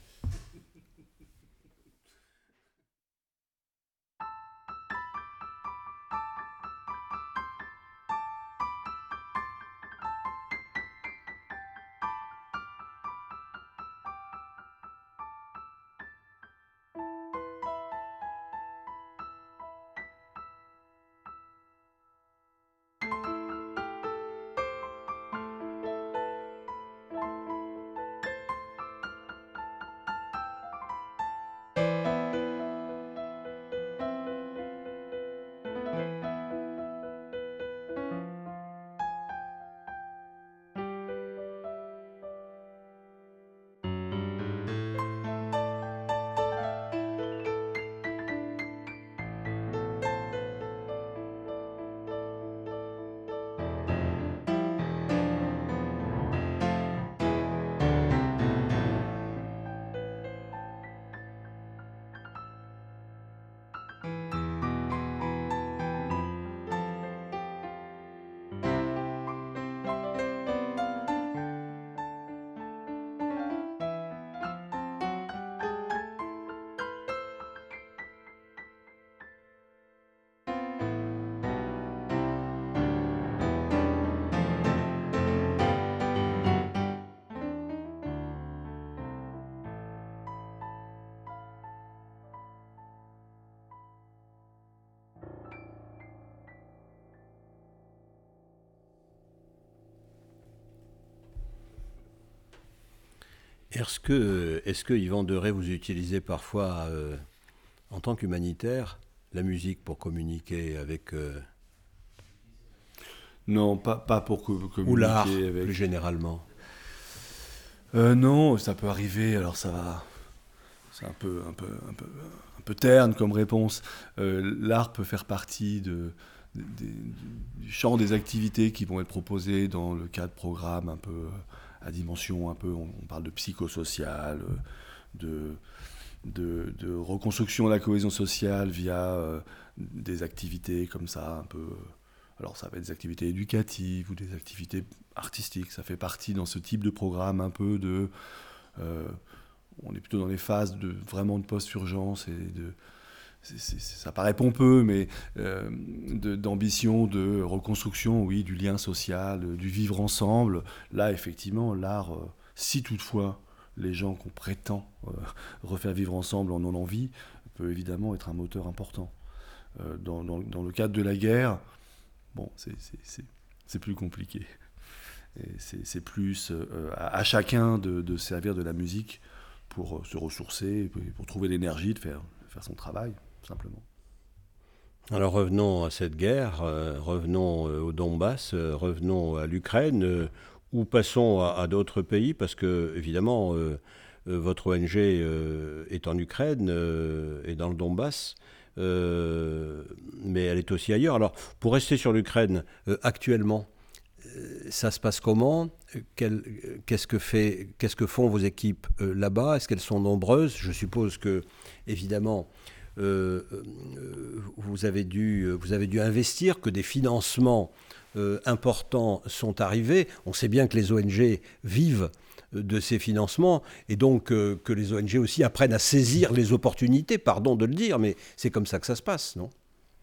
Est-ce que, est-ce que Yvan Deray, vous utilisez parfois, euh, en tant qu'humanitaire, la musique pour communiquer avec... euh, Non, pas, pas pour co- communiquer ou l'art, avec... plus généralement? Euh, non, ça peut arriver, alors ça va... C'est un peu, un peu, un peu, un peu terne comme réponse. Euh, l'art peut faire partie de, de- de- du champ des activités qui vont être proposées dans le cadre de programmes un peu à dimension, un peu, on, on parle de psychosocial, de, de, de reconstruction de la cohésion sociale via euh, des activités comme ça, un peu... Alors ça va être des activités éducatives ou des activités artistiques. Ça fait partie dans ce type de programme un peu de... Euh, on est plutôt dans les phases de, vraiment de post-urgence et de... C'est, c'est, ça paraît pompeux, mais euh, de, d'ambition, de reconstruction, oui, du lien social, du vivre ensemble. Là, effectivement, l'art, euh, si toutefois les gens qu'on prétend euh, refaire vivre ensemble en ont envie, peut évidemment être un moteur important. Euh, dans, dans, dans le cadre de la guerre, bon, c'est, c'est, c'est, c'est plus compliqué. Et c'est, c'est plus euh, à, à chacun de, de servir de la musique pour euh, se ressourcer, pour trouver l'énergie de faire, de faire son travail. Simplement. Alors revenons à cette guerre, euh, revenons euh, au Donbass, euh, revenons à l'Ukraine, euh, ou passons à, à d'autres pays, parce que évidemment euh, euh, votre O N G euh, est en Ukraine euh, et dans le Donbass, euh, mais elle est aussi ailleurs. Alors pour rester sur l'Ukraine, euh, actuellement, euh, ça se passe comment ? Quel, qu'est-ce que fait, qu'est-ce que font vos équipes euh, là-bas ? Est-ce qu'elles sont nombreuses ? Je suppose que, évidemment, Euh, euh, vous avez dû, vous avez dû investir, que des financements euh, importants sont arrivés. On sait bien que les O N G vivent de ces financements et donc euh, que les O N G aussi apprennent à saisir les opportunités, pardon de le dire, mais c'est comme ça que ça se passe, non ?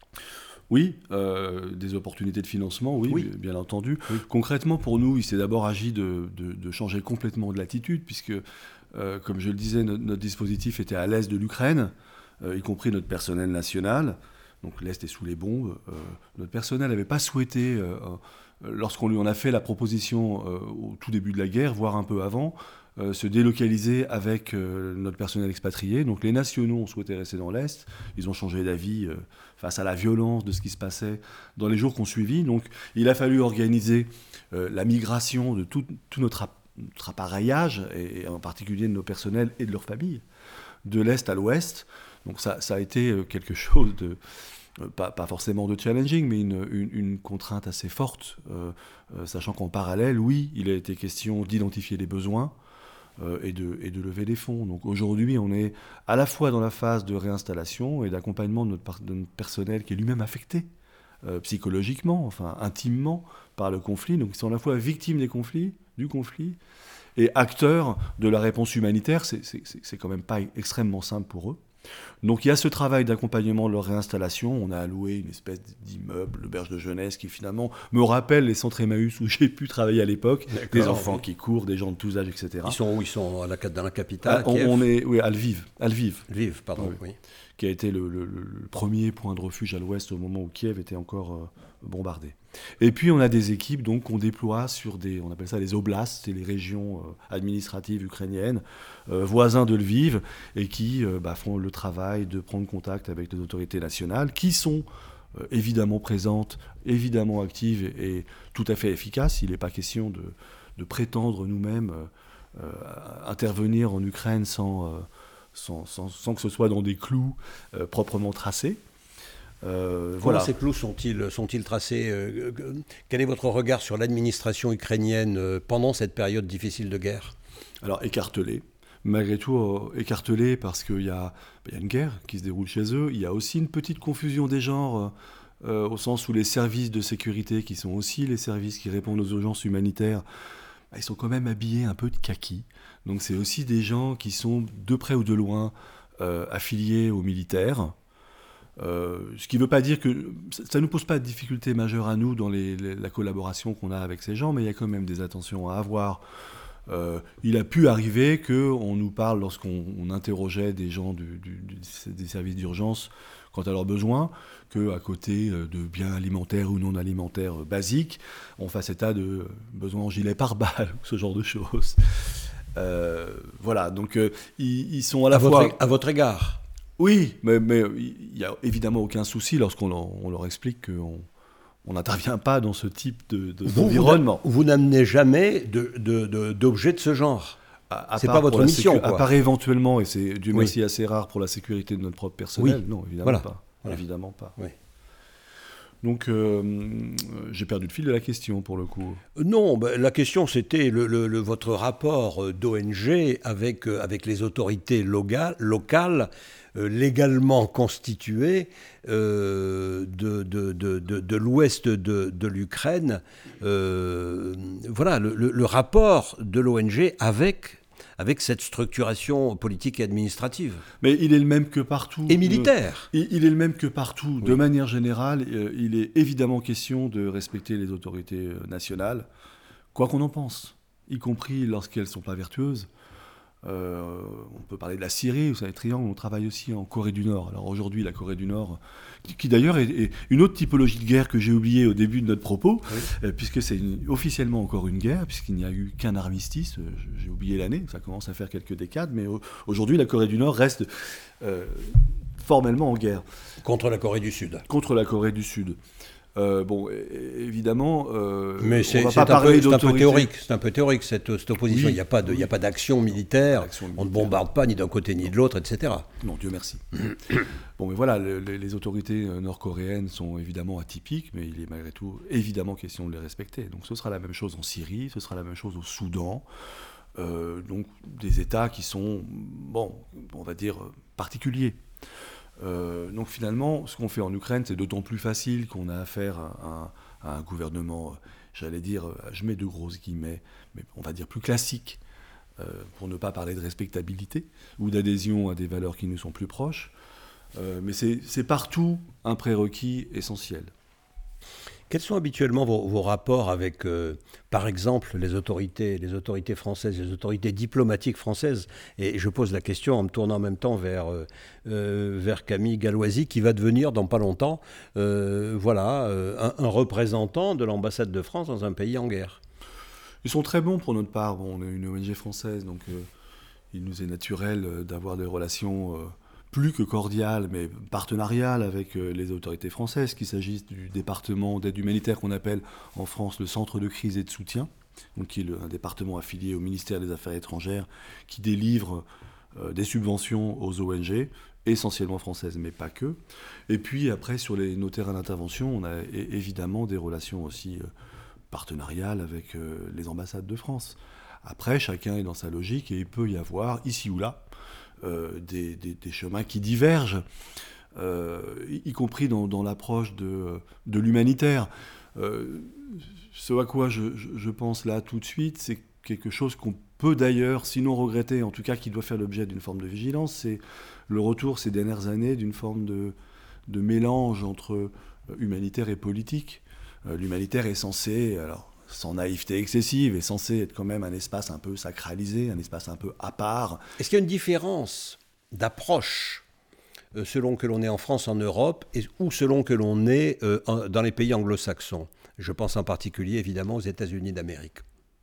Oui, euh, des opportunités de financement, oui, oui. bien entendu. Oui. Concrètement, pour nous, il s'est d'abord agi de, de, de changer complètement de l'attitude, puisque, euh, comme je le disais, notre, notre dispositif était à l'est de l'Ukraine, Euh, y compris notre personnel national, donc l'Est est sous les bombes. Euh, notre personnel n'avait pas souhaité, euh, euh, lorsqu'on lui en a fait la proposition euh, au tout début de la guerre, voire un peu avant, euh, se délocaliser avec euh, notre personnel expatrié. Donc les nationaux ont souhaité rester dans l'Est. Ils ont changé d'avis euh, face à la violence de ce qui se passait dans les jours qu'on suivit. Donc il a fallu organiser euh, la migration de tout, tout notre, app- notre appareillage, et, et en particulier de nos personnels et de leurs familles, de l'Est à l'Ouest. Donc ça, ça a été quelque chose de, pas, pas forcément de challenging, mais une, une, une contrainte assez forte, euh, euh, sachant qu'en parallèle, oui, il a été question d'identifier les besoins euh, et, de, et de lever des fonds. Donc aujourd'hui, on est à la fois dans la phase de réinstallation et d'accompagnement de notre, par, de notre personnel qui est lui-même affecté euh, psychologiquement, enfin intimement, par le conflit. Donc ils sont à la fois victimes des conflits, du conflit, et acteurs de la réponse humanitaire. C'est, c'est, c'est quand même pas extrêmement simple pour eux. Donc il y a ce travail d'accompagnement de leur réinstallation. On a alloué une espèce d'immeuble, l'auberge de jeunesse, qui finalement me rappelle les centres Emmaüs où j'ai pu travailler à l'époque. D'accord, des enfants oui. qui courent, des gens de tous âges, et cetera. Ils sont où ? Ils sont à la, dans la capitale, ah, on, on est, oui, à Lviv. À Lviv. Lviv, pardon, oui. oui. Qui a été le, le, le premier point de refuge à l'ouest au moment où Kiev était encore euh, bombardé. Et puis on a des équipes donc qu'on déploie sur des, on appelle ça les oblasts, c'est les régions euh, administratives ukrainiennes, euh, voisins de Lviv, et qui euh, bah, font le travail de prendre contact avec les autorités nationales, qui sont euh, évidemment présentes, évidemment actives et, et tout à fait efficaces. Il n'est pas question de, de prétendre nous-mêmes euh, euh, intervenir en Ukraine sans, euh, sans, sans, sans que ce soit dans des clous euh, proprement tracés. Euh, Comment voilà. ces clous sont-ils, sont-ils tracés euh, Quel est votre regard sur l'administration ukrainienne euh, pendant cette période difficile de guerre ? Alors écartelé, malgré tout euh, écartelé parce qu'il y a, il y a une guerre qui se déroule chez eux. Il y a aussi une petite confusion des genres euh, au sens où les services de sécurité, qui sont aussi les services qui répondent aux urgences humanitaires, bah, ils sont quand même habillés un peu de kaki. Donc c'est aussi des gens qui sont de près ou de loin euh, affiliés aux militaires. Euh, ce qui ne veut pas dire que ça ne nous pose pas de difficultés majeures à nous dans les, les, la collaboration qu'on a avec ces gens, mais il y a quand même des attentions à avoir. Euh, il a pu arriver qu'on nous parle, lorsqu'on on interrogeait des gens du, du, du, des services d'urgence quant à leurs besoins, qu'à côté de biens alimentaires ou non alimentaires basiques, on fasse état de besoins en gilet pare-balles, ce genre de choses. Euh, voilà, donc euh, ils, ils sont à la à fois... Votre, à votre égard. Oui, mais il n'y a évidemment aucun souci lorsqu'on leur, on leur explique qu'on on n'intervient pas dans ce type de, de, vous, d'environnement. Vous, vous n'amenez jamais de, de, de, d'objets de ce genre. À, à c'est pas votre mission, sécu- quoi. À part éventuellement, et c'est Dieu oui. merci assez rare pour la sécurité de notre propre personnel, oui. non, évidemment voilà. pas. Voilà. Évidemment pas. Oui. Donc, euh, j'ai perdu le fil de la question, pour le coup. Non, bah, la question, c'était le, le, le, votre rapport d'O N G avec, euh, avec les autorités locales, locales euh, légalement constituées euh, de, de, de, de, de l'ouest de, de l'Ukraine. Euh, voilà, le, le, le rapport de l'O N G avec... avec cette structuration politique et administrative. Mais il est le même que partout. Et militaire. Il, il est le même que partout. Oui. De manière générale, euh, il est évidemment question de respecter les autorités euh, nationales, quoi qu'on en pense, y compris lorsqu'elles ne sont pas vertueuses. Euh, on peut parler de la Syrie, vous savez, Triangle, on travaille aussi en Corée du Nord. Alors aujourd'hui, la Corée du Nord, qui, qui d'ailleurs est, est une autre typologie de guerre que j'ai oubliée au début de notre propos, oui. euh, puisque c'est une, officiellement encore une guerre, puisqu'il n'y a eu qu'un armistice, euh, j'ai oublié l'année, ça commence à faire quelques décades, mais au, aujourd'hui, la Corée du Nord reste euh, formellement en guerre. Contre la Corée du Sud. Contre la Corée du Sud. Euh, bon, évidemment, euh, mais c'est, on va c'est, pas un parler peu, c'est un peu théorique. C'est un peu théorique cette, cette opposition. Oui, il n'y a pas de, oui. il n'y a pas d'action militaire. militaire. On ne bombarde pas ni d'un côté ni de l'autre, et cetera. Non, Dieu merci. Bon, mais voilà, le, les, les autorités nord-coréennes sont évidemment atypiques, mais il est malgré tout évidemment question de les respecter. Donc, ce sera la même chose en Syrie, ce sera la même chose au Soudan. Euh, donc, des États qui sont, bon, on va dire particuliers. Euh, donc finalement, ce qu'on fait en Ukraine, c'est d'autant plus facile qu'on a affaire à, à, à un gouvernement, j'allais dire, je mets de grosses guillemets, mais on va dire plus classique, euh, pour ne pas parler de respectabilité ou d'adhésion à des valeurs qui nous sont plus proches. Euh, mais c'est, c'est partout un prérequis essentiel. Quels sont habituellement vos, vos rapports avec, euh, par exemple, les autorités, les autorités françaises, les autorités diplomatiques françaises ? Et je pose la question en me tournant en même temps vers, euh, vers Camille Galloisy, qui va devenir, dans pas longtemps, euh, voilà, un, un représentant de l'ambassade de France dans un pays en guerre. Ils sont très bons pour notre part. Bon, on est une O N G française, donc euh, il nous est naturel d'avoir des relations... Euh, plus que cordial, mais partenarial avec les autorités françaises, qu'il s'agisse du département d'aide humanitaire qu'on appelle en France le Centre de crise et de soutien, donc qui est le, un département affilié au ministère des Affaires étrangères, qui délivre euh, des subventions aux O N G, essentiellement françaises, mais pas que. Et puis après, sur les, nos terrains d'intervention, on a é- évidemment des relations aussi euh, partenariales avec euh, les ambassades de France. Après, chacun est dans sa logique et il peut y avoir, ici ou là, Euh, des, des, des chemins qui divergent, euh, y, y compris dans, dans l'approche de, de l'humanitaire. Euh, ce à quoi je, je, je pense là tout de suite, c'est quelque chose qu'on peut d'ailleurs, sinon regretter, en tout cas qui doit faire l'objet d'une forme de vigilance, c'est le retour ces dernières années d'une forme de, de mélange entre humanitaire et politique. Euh, l'humanitaire est censé... alors, sans naïveté excessive, est censé être quand même un espace un peu sacralisé, un espace un peu à part. Est-ce qu'il y a une différence d'approche euh, selon que l'on est en France, en Europe, et, ou selon que l'on est euh, en, dans les pays anglo-saxons ? Je pense en particulier, évidemment, aux États-Unis d'Amérique.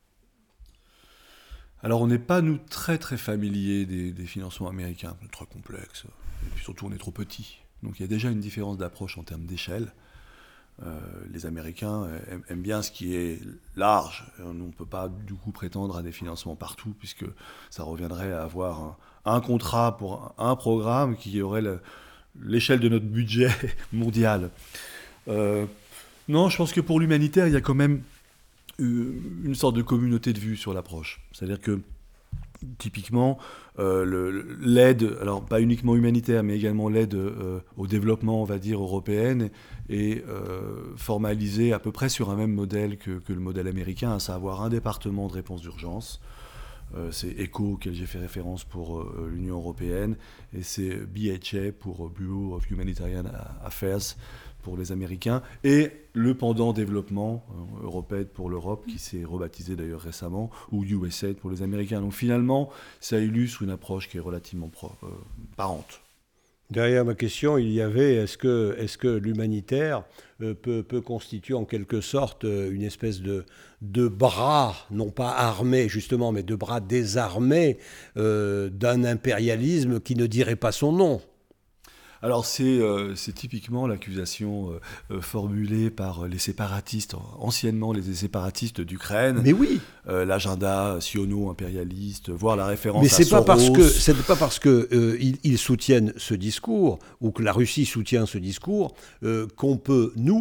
Alors, on n'est pas, nous, très très familiers des, des financements américains, c'est très complexe, et puis surtout, on est trop petits. Donc, il y a déjà une différence d'approche en termes d'échelle. Euh, les Américains aiment, aiment bien ce qui est large. On ne peut pas du coup prétendre à des financements partout, puisque ça reviendrait à avoir un, un contrat pour un, un programme qui aurait le, l'échelle de notre budget mondial. Euh, non, je pense que pour l'humanitaire, il y a quand même une sorte de communauté de vue sur l'approche. C'est-à-dire que typiquement, euh, le, l'aide, alors pas uniquement humanitaire, mais également l'aide euh, au développement, on va dire, européenne, est euh, formalisée à peu près sur un même modèle que, que le modèle américain, à savoir un département de réponse d'urgence. Euh, c'est ECHO, auquel j'ai fait référence pour euh, l'Union européenne, et c'est B H A pour Bureau of Humanitarian Affairs pour les Américains, et le pendant développement, euh, EuropeAid pour l'Europe, qui s'est rebaptisé d'ailleurs récemment, ou U S A I D pour les Américains. Donc finalement, ça illustre une approche qui est relativement pro, euh, parente. Derrière ma question, il y avait, est-ce que, est-ce que l'humanitaire euh, peut, peut constituer en quelque sorte euh, une espèce de, de bras, non pas armé justement, mais de bras désarmés euh, d'un impérialisme qui ne dirait pas son nom ? Alors c'est, euh, c'est typiquement l'accusation euh, euh, formulée par les séparatistes, anciennement les séparatistes d'Ukraine. Mais oui. Euh, l'agenda siono-impérialiste, voire la référence Mais à c'est Soros. Pas parce que, c'est pas parce qu'ils euh, ils soutiennent ce discours, ou que la Russie soutient ce discours, euh, qu'on peut, nous,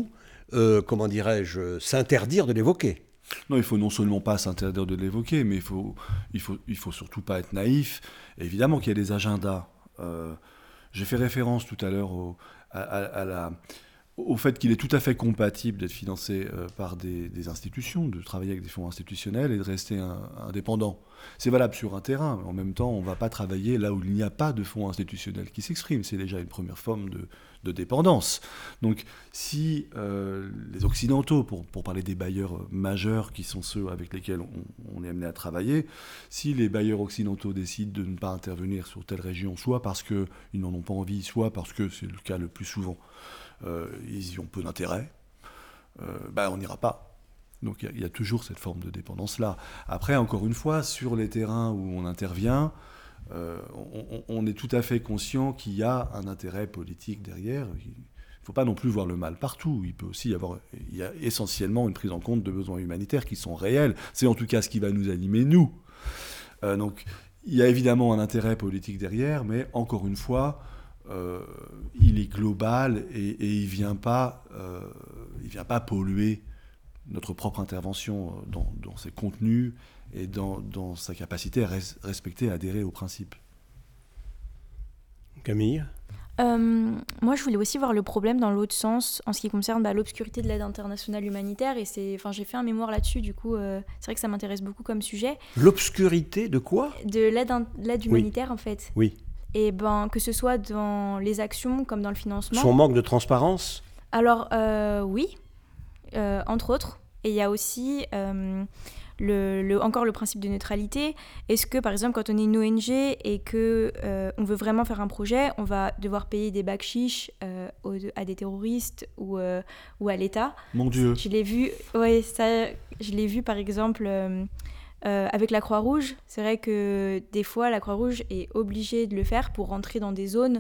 euh, comment dirais-je, s'interdire de l'évoquer. Non, il faut non seulement pas s'interdire de l'évoquer, mais il faut, il faut, il faut surtout pas être naïf. Et évidemment qu'il y a des agendas. Euh, j'ai fait référence tout à l'heure au, à, à, à la, au fait qu'il est tout à fait compatible d'être financé euh, par des, des institutions, de travailler avec des fonds institutionnels et de rester un, indépendant. C'est valable sur un terrain, mais en même temps, on ne va pas travailler là où il n'y a pas de fonds institutionnels qui s'expriment. C'est déjà une première forme de, de dépendance. Donc, si euh, les Occidentaux, pour, pour parler des bailleurs majeurs qui sont ceux avec lesquels on, on est amené à travailler, si les bailleurs occidentaux décident de ne pas intervenir sur telle région, soit parce qu'ils n'en ont pas envie, soit parce que c'est le cas le plus souvent, euh, ils y ont peu d'intérêt, euh, ben on n'ira pas. Donc il y, y a toujours cette forme de dépendance-là. Après, encore une fois, sur les terrains où on intervient, euh, on, on est tout à fait conscient qu'il y a un intérêt politique derrière. Il ne faut pas non plus voir le mal partout. Il peut aussi y avoir, il y a essentiellement une prise en compte de besoins humanitaires qui sont réels. C'est en tout cas ce qui va nous animer, nous. Euh, donc il y a évidemment un intérêt politique derrière, mais encore une fois, euh, il est global et, et il ne vient pas, euh, il vient pas polluer notre propre intervention dans, dans ses contenus et dans, dans sa capacité à res- respecter, à adhérer aux principes. Camille ? Euh, moi, je voulais aussi voir le problème dans l'autre sens, en ce qui concerne bah, l'obscurité de l'aide internationale humanitaire. Et c'est, enfin, j'ai fait un mémoire là-dessus, du coup, euh, c'est vrai que ça m'intéresse beaucoup comme sujet. L'obscurité de quoi ? De l'aide, in- l'aide humanitaire, oui. En fait. Oui. Et ben, que ce soit dans les actions comme dans le financement. Son manque de transparence ? Alors, euh, oui, euh, entre autres. Et il y a aussi euh, le, le, encore le principe de neutralité. Est-ce que, par exemple, quand on est une O N G et qu'on euh, veut vraiment faire un projet, on va devoir payer des bakshish euh, à des terroristes ou, euh, ou à l'État ? Mon Dieu. Je l'ai vu, ouais, ça, je l'ai vu, par exemple, euh, euh, avec la Croix-Rouge. C'est vrai que des fois, la Croix-Rouge est obligée de le faire pour rentrer dans des zones...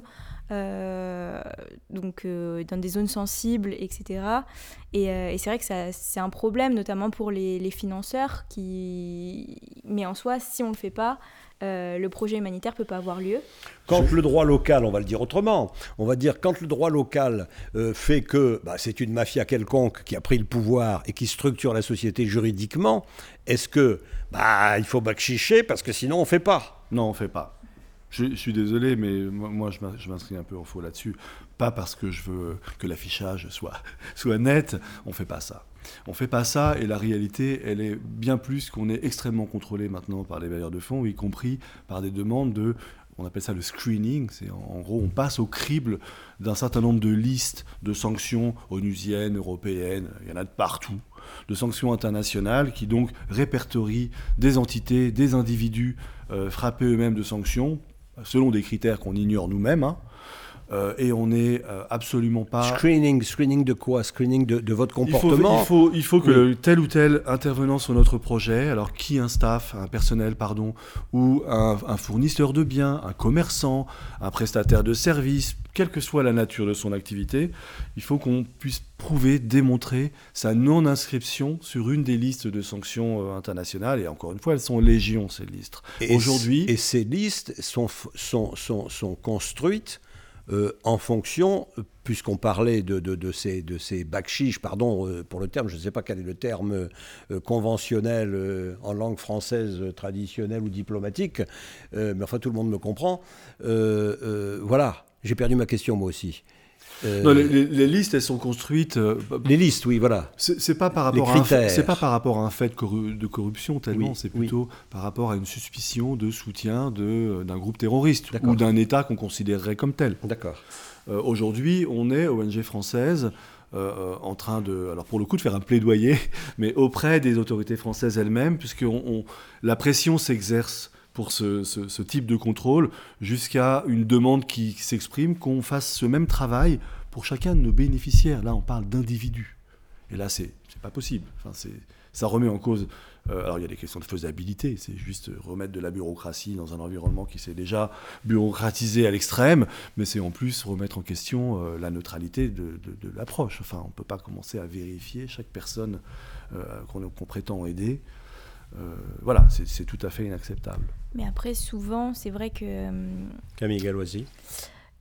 Euh, donc euh, dans des zones sensibles, et cetera. Et, euh, et c'est vrai que ça, c'est un problème, notamment pour les, les financeurs. Qui... Mais en soi, si on ne le fait pas, euh, le projet humanitaire ne peut pas avoir lieu. Quand le droit local, on va le dire autrement, on va dire quand le droit local euh, fait que bah, c'est une mafia quelconque qui a pris le pouvoir et qui structure la société juridiquement, est-ce que bah, il faut bakshicher parce que sinon on ne fait pas ? Non, on ne fait pas. Je, je suis désolé, mais moi, je m'inscris un peu en faux là-dessus. Pas parce que je veux que l'affichage soit, soit net, on ne fait pas ça. On ne fait pas ça, et la réalité, elle est bien plus qu'on est extrêmement contrôlé maintenant par les bailleurs de fonds, y compris par des demandes de, on appelle ça le screening, c'est en, en gros, on passe au crible d'un certain nombre de listes de sanctions onusiennes, européennes, il y en a de partout, de sanctions internationales qui donc répertorient des entités, des individus euh, frappés eux-mêmes de sanctions, selon des critères qu'on ignore nous-mêmes, hein, euh, et on n'est euh, absolument pas... Screening, screening de quoi ? Screening de, de votre comportement ? Il faut, il faut, il faut que oui. tel ou tel intervenant sur notre projet, alors qui un staff, un personnel, pardon, ou un, un fournisseur de biens, un commerçant, un prestataire de services, quelle que soit la nature de son activité, il faut qu'on puisse prouver, démontrer sa non-inscription sur une des listes de sanctions euh, internationales. Et encore une fois, elles sont légion, ces listes. Et Aujourd'hui, et ces listes sont, sont, sont, sont construites euh, en fonction, puisqu'on parlait de, de, de ces, de ces bakshish, pardon euh, pour le terme, je ne sais pas quel est le terme euh, conventionnel euh, en langue française euh, traditionnelle ou diplomatique, euh, mais enfin tout le monde me comprend. Euh, euh, voilà. J'ai perdu ma question, moi aussi. Euh... Non, les, les, les listes, elles sont construites... Euh, les listes, oui, voilà. C'est, c'est, pas par rapport à un, c'est pas par rapport à un fait de, corru- de corruption, tellement, oui, c'est plutôt oui. par rapport à une suspicion de soutien de, d'un groupe terroriste D'accord. ou d'un État qu'on considérerait comme tel. D'accord. Euh, aujourd'hui, on est, O N G française, euh, en train de... Alors, pour le coup, de faire un plaidoyer, mais auprès des autorités françaises elles-mêmes, puisque on, on, la pression s'exerce pour ce, ce, ce type de contrôle, jusqu'à une demande qui s'exprime qu'on fasse ce même travail pour chacun de nos bénéficiaires. Là, on parle d'individus. Et là, c'est, c'est pas possible. Enfin, c'est, ça remet en cause... Euh, alors, il y a des questions de faisabilité. C'est juste remettre de la bureaucratie dans un environnement qui s'est déjà bureaucratisé à l'extrême, mais c'est en plus remettre en question euh, la neutralité de, de, de l'approche. Enfin, on ne peut pas commencer à vérifier chaque personne euh, qu'on, qu'on prétend aider. Euh, voilà, c'est, c'est tout à fait inacceptable. Mais après, souvent, c'est vrai que... Euh, Camille Galloisi.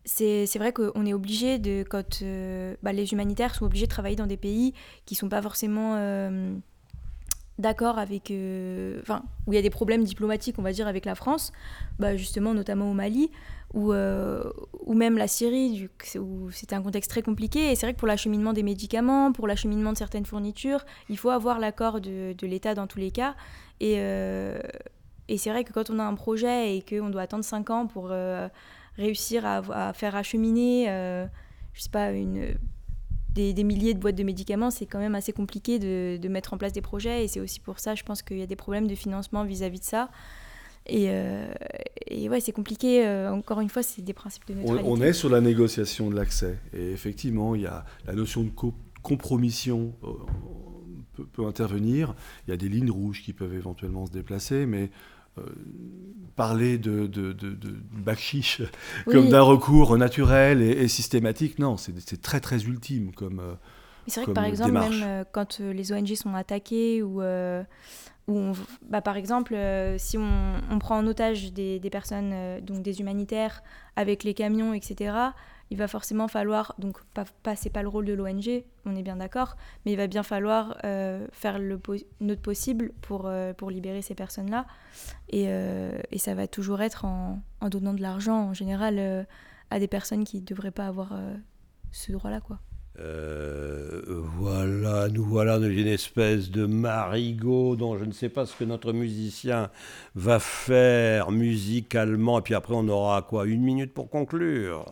c'est, c'est vrai qu'on est obligé de, quand euh, bah, les humanitaires sont obligés de travailler dans des pays qui sont pas forcément euh, d'accord avec, euh, enfin, où il y a des problèmes diplomatiques, on va dire, avec la France, bah, justement, notamment au Mali, ou, euh, ou même la Syrie, du, où c'était un contexte très compliqué. Et c'est vrai que pour l'acheminement des médicaments, pour l'acheminement de certaines fournitures, il faut avoir l'accord de, de l'État dans tous les cas. Et, euh, et c'est vrai que quand on a un projet et qu'on doit attendre cinq ans pour euh, réussir à, à faire acheminer, euh, je sais pas, une... Des, des milliers de boîtes de médicaments, c'est quand même assez compliqué de, de mettre en place des projets. Et c'est aussi pour ça, je pense qu'il y a des problèmes de financement vis-à-vis de ça. Et, euh, et ouais, c'est compliqué. Euh, encore une fois, c'est des principes de neutralité. On, on est sur la négociation de l'accès. Et effectivement, il y a la notion de co- compromission euh, peut, peut intervenir. Il y a des lignes rouges qui peuvent éventuellement se déplacer, mais Euh, parler de, de, de, de bakshish oui. comme d'un recours naturel et, et systématique, non, c'est, c'est très très ultime comme euh, Mais c'est vrai que par exemple, démarche. même euh, quand euh, les O N G sont attaquées ou, euh, ou on, bah, par exemple, euh, si on, on prend en otage des, des personnes, euh, donc des humanitaires avec les camions, et cetera, il va forcément falloir, donc pas, pas, c'est pas le rôle de l'O N G, on est bien d'accord, mais il va bien falloir euh, faire le po- notre possible pour, euh, pour libérer ces personnes-là. Et, euh, et ça va toujours être en, en donnant de l'argent, en général, euh, à des personnes qui ne devraient pas avoir euh, ce droit-là, quoi. Euh, voilà, nous voilà dans une espèce de marigot dont je ne sais pas ce que notre musicien va faire musicalement, et puis après on aura quoi, une minute pour conclure.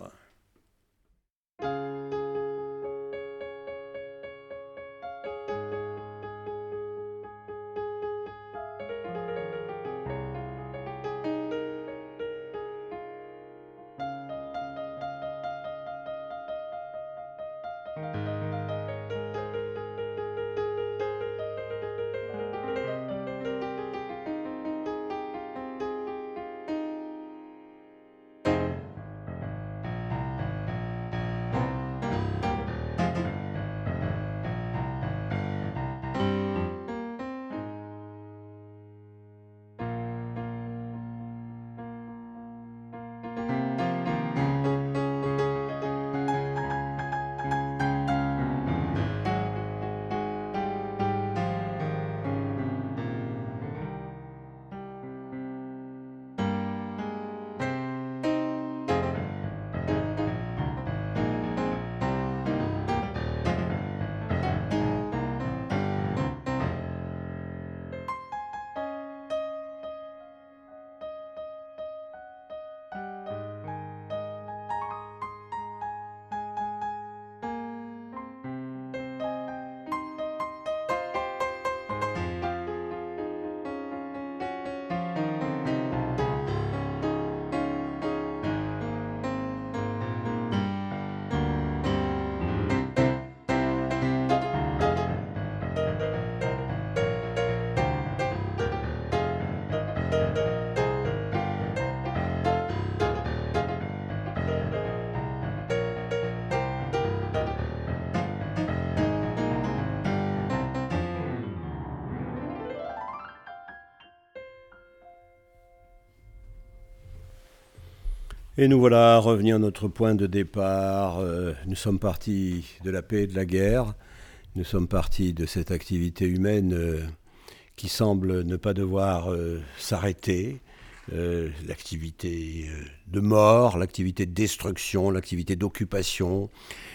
Et nous voilà revenus à notre point de départ. Euh, nous sommes partis de la paix et de la guerre. Nous sommes partis de cette activité humaine euh, qui semble ne pas devoir euh, s'arrêter. Euh, l'activité euh, de mort, l'activité de destruction, l'activité d'occupation,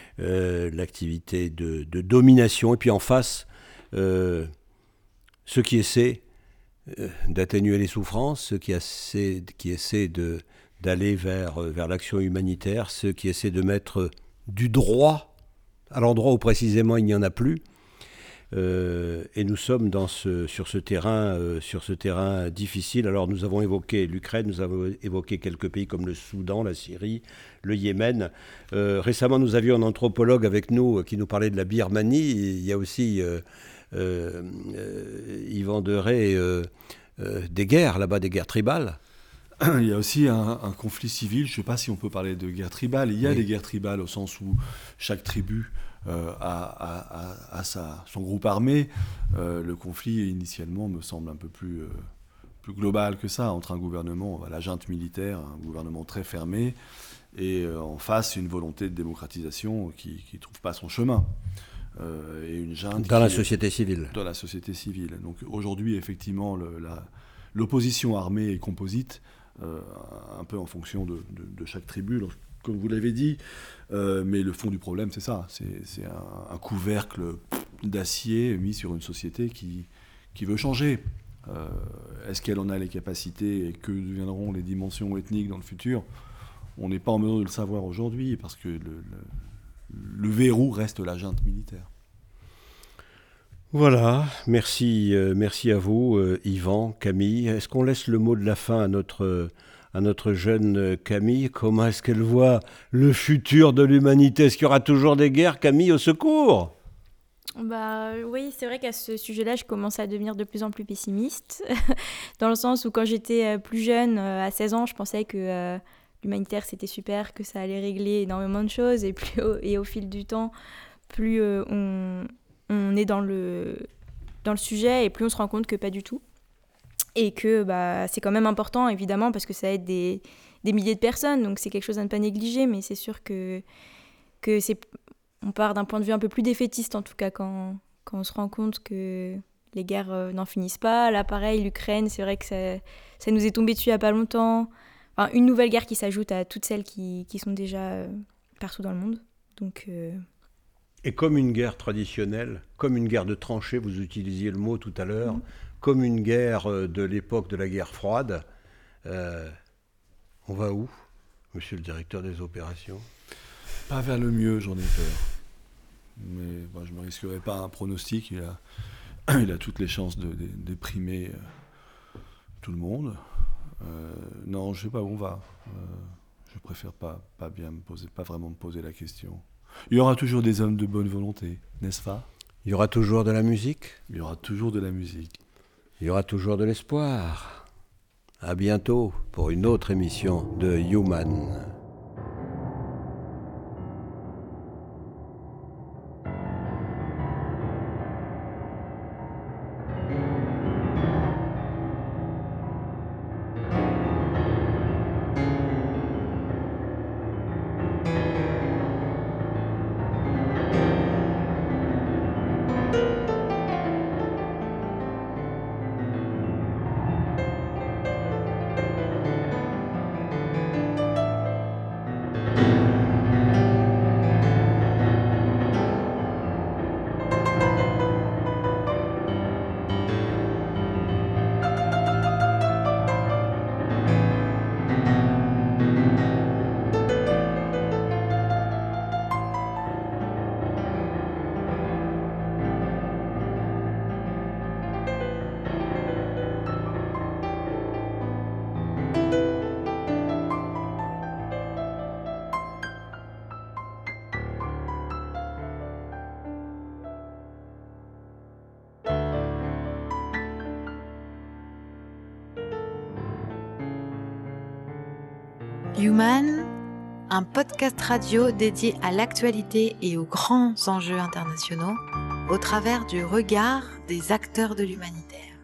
euh, l'activité de, de domination. Et puis en face, euh, ceux qui essaient euh, d'atténuer les souffrances, ceux qui essaient, qui essaient de... d'aller vers, vers l'action humanitaire, ceux qui essaient de mettre du droit à l'endroit où précisément il n'y en a plus. Euh, et nous sommes dans ce, sur, ce terrain, euh, sur ce terrain difficile. Alors nous avons évoqué l'Ukraine, nous avons évoqué quelques pays comme le Soudan, la Syrie, le Yémen. Euh, récemment, nous avions un anthropologue avec nous qui nous parlait de la Birmanie. Il y a aussi euh, euh, euh, Yvan Deray, euh, euh, des guerres là-bas, des guerres tribales. Il y a aussi un, un conflit civil, je ne sais pas si on peut parler de guerre tribale. Il y a oui. des guerres tribales au sens où chaque tribu euh, a, a, a, a sa, son groupe armé. Euh, le conflit, initialement, me semble un peu plus, euh, plus globale que ça, entre un gouvernement, la junte militaire, un gouvernement très fermé, et euh, en face une volonté de démocratisation qui ne trouve pas son chemin. Euh, et une junte dans la est, société civile. Dans la société civile. Donc aujourd'hui, effectivement, le, la, l'opposition armée est composite, euh, un peu en fonction de, de, de chaque tribu, comme vous l'avez dit. Euh, mais le fond du problème, c'est ça. C'est, c'est un, un couvercle d'acier mis sur une société qui, qui veut changer. Euh, est-ce qu'elle en a les capacités et que deviendront les dimensions ethniques dans le futur ? On n'est pas en mesure de le savoir aujourd'hui parce que le, le, le verrou reste la junte militaire. Voilà, merci, euh, merci à vous, euh, Yvan, Camille. Est-ce qu'on laisse le mot de la fin à notre, à notre jeune Camille ? Comment est-ce qu'elle voit le futur de l'humanité ? Est-ce qu'il y aura toujours des guerres, Camille, au secours ? Bah oui, c'est vrai qu'à ce sujet-là, je commence à devenir de plus en plus pessimiste, dans le sens où quand j'étais plus jeune, à seize ans, je pensais que euh, l'humanitaire c'était super, que ça allait régler énormément de choses, et, plus au, et au fil du temps, plus euh, on, on est dans le, dans le sujet, et plus on se rend compte que pas du tout. Et que bah, c'est quand même important, évidemment, parce que ça aide des, des milliers de personnes, donc c'est quelque chose à ne pas négliger, mais c'est sûr que, que c'est... On part d'un point de vue un peu plus défaitiste, en tout cas, quand, quand on se rend compte que les guerres euh, n'en finissent pas. Là, pareil, l'Ukraine, c'est vrai que ça, ça nous est tombé dessus il n'y a pas longtemps. Enfin, une nouvelle guerre qui s'ajoute à toutes celles qui, qui sont déjà euh, partout dans le monde. Donc, euh... Et comme une guerre traditionnelle, comme une guerre de tranchées, vous utilisiez le mot tout à l'heure, mmh. comme une guerre de l'époque de la guerre froide, euh, on va où, monsieur le directeur des opérations ? Pas vers le mieux, j'en ai peur. Mais bon, je ne me risquerai pas un pronostic. Il a, il a toutes les chances de, de, de déprimer euh, tout le monde. Euh, non, je ne sais pas où on va. Euh, je préfère pas, pas, bien me poser, pas vraiment me poser la question. Il y aura toujours des hommes de bonne volonté, n'est-ce pas ? Il y aura toujours de la musique ? Il y aura toujours de la musique. Il y aura toujours de l'espoir. À bientôt pour une autre émission de Human. Human, un podcast radio dédié à l'actualité et aux grands enjeux internationaux au travers du regard des acteurs de l'humanitaire.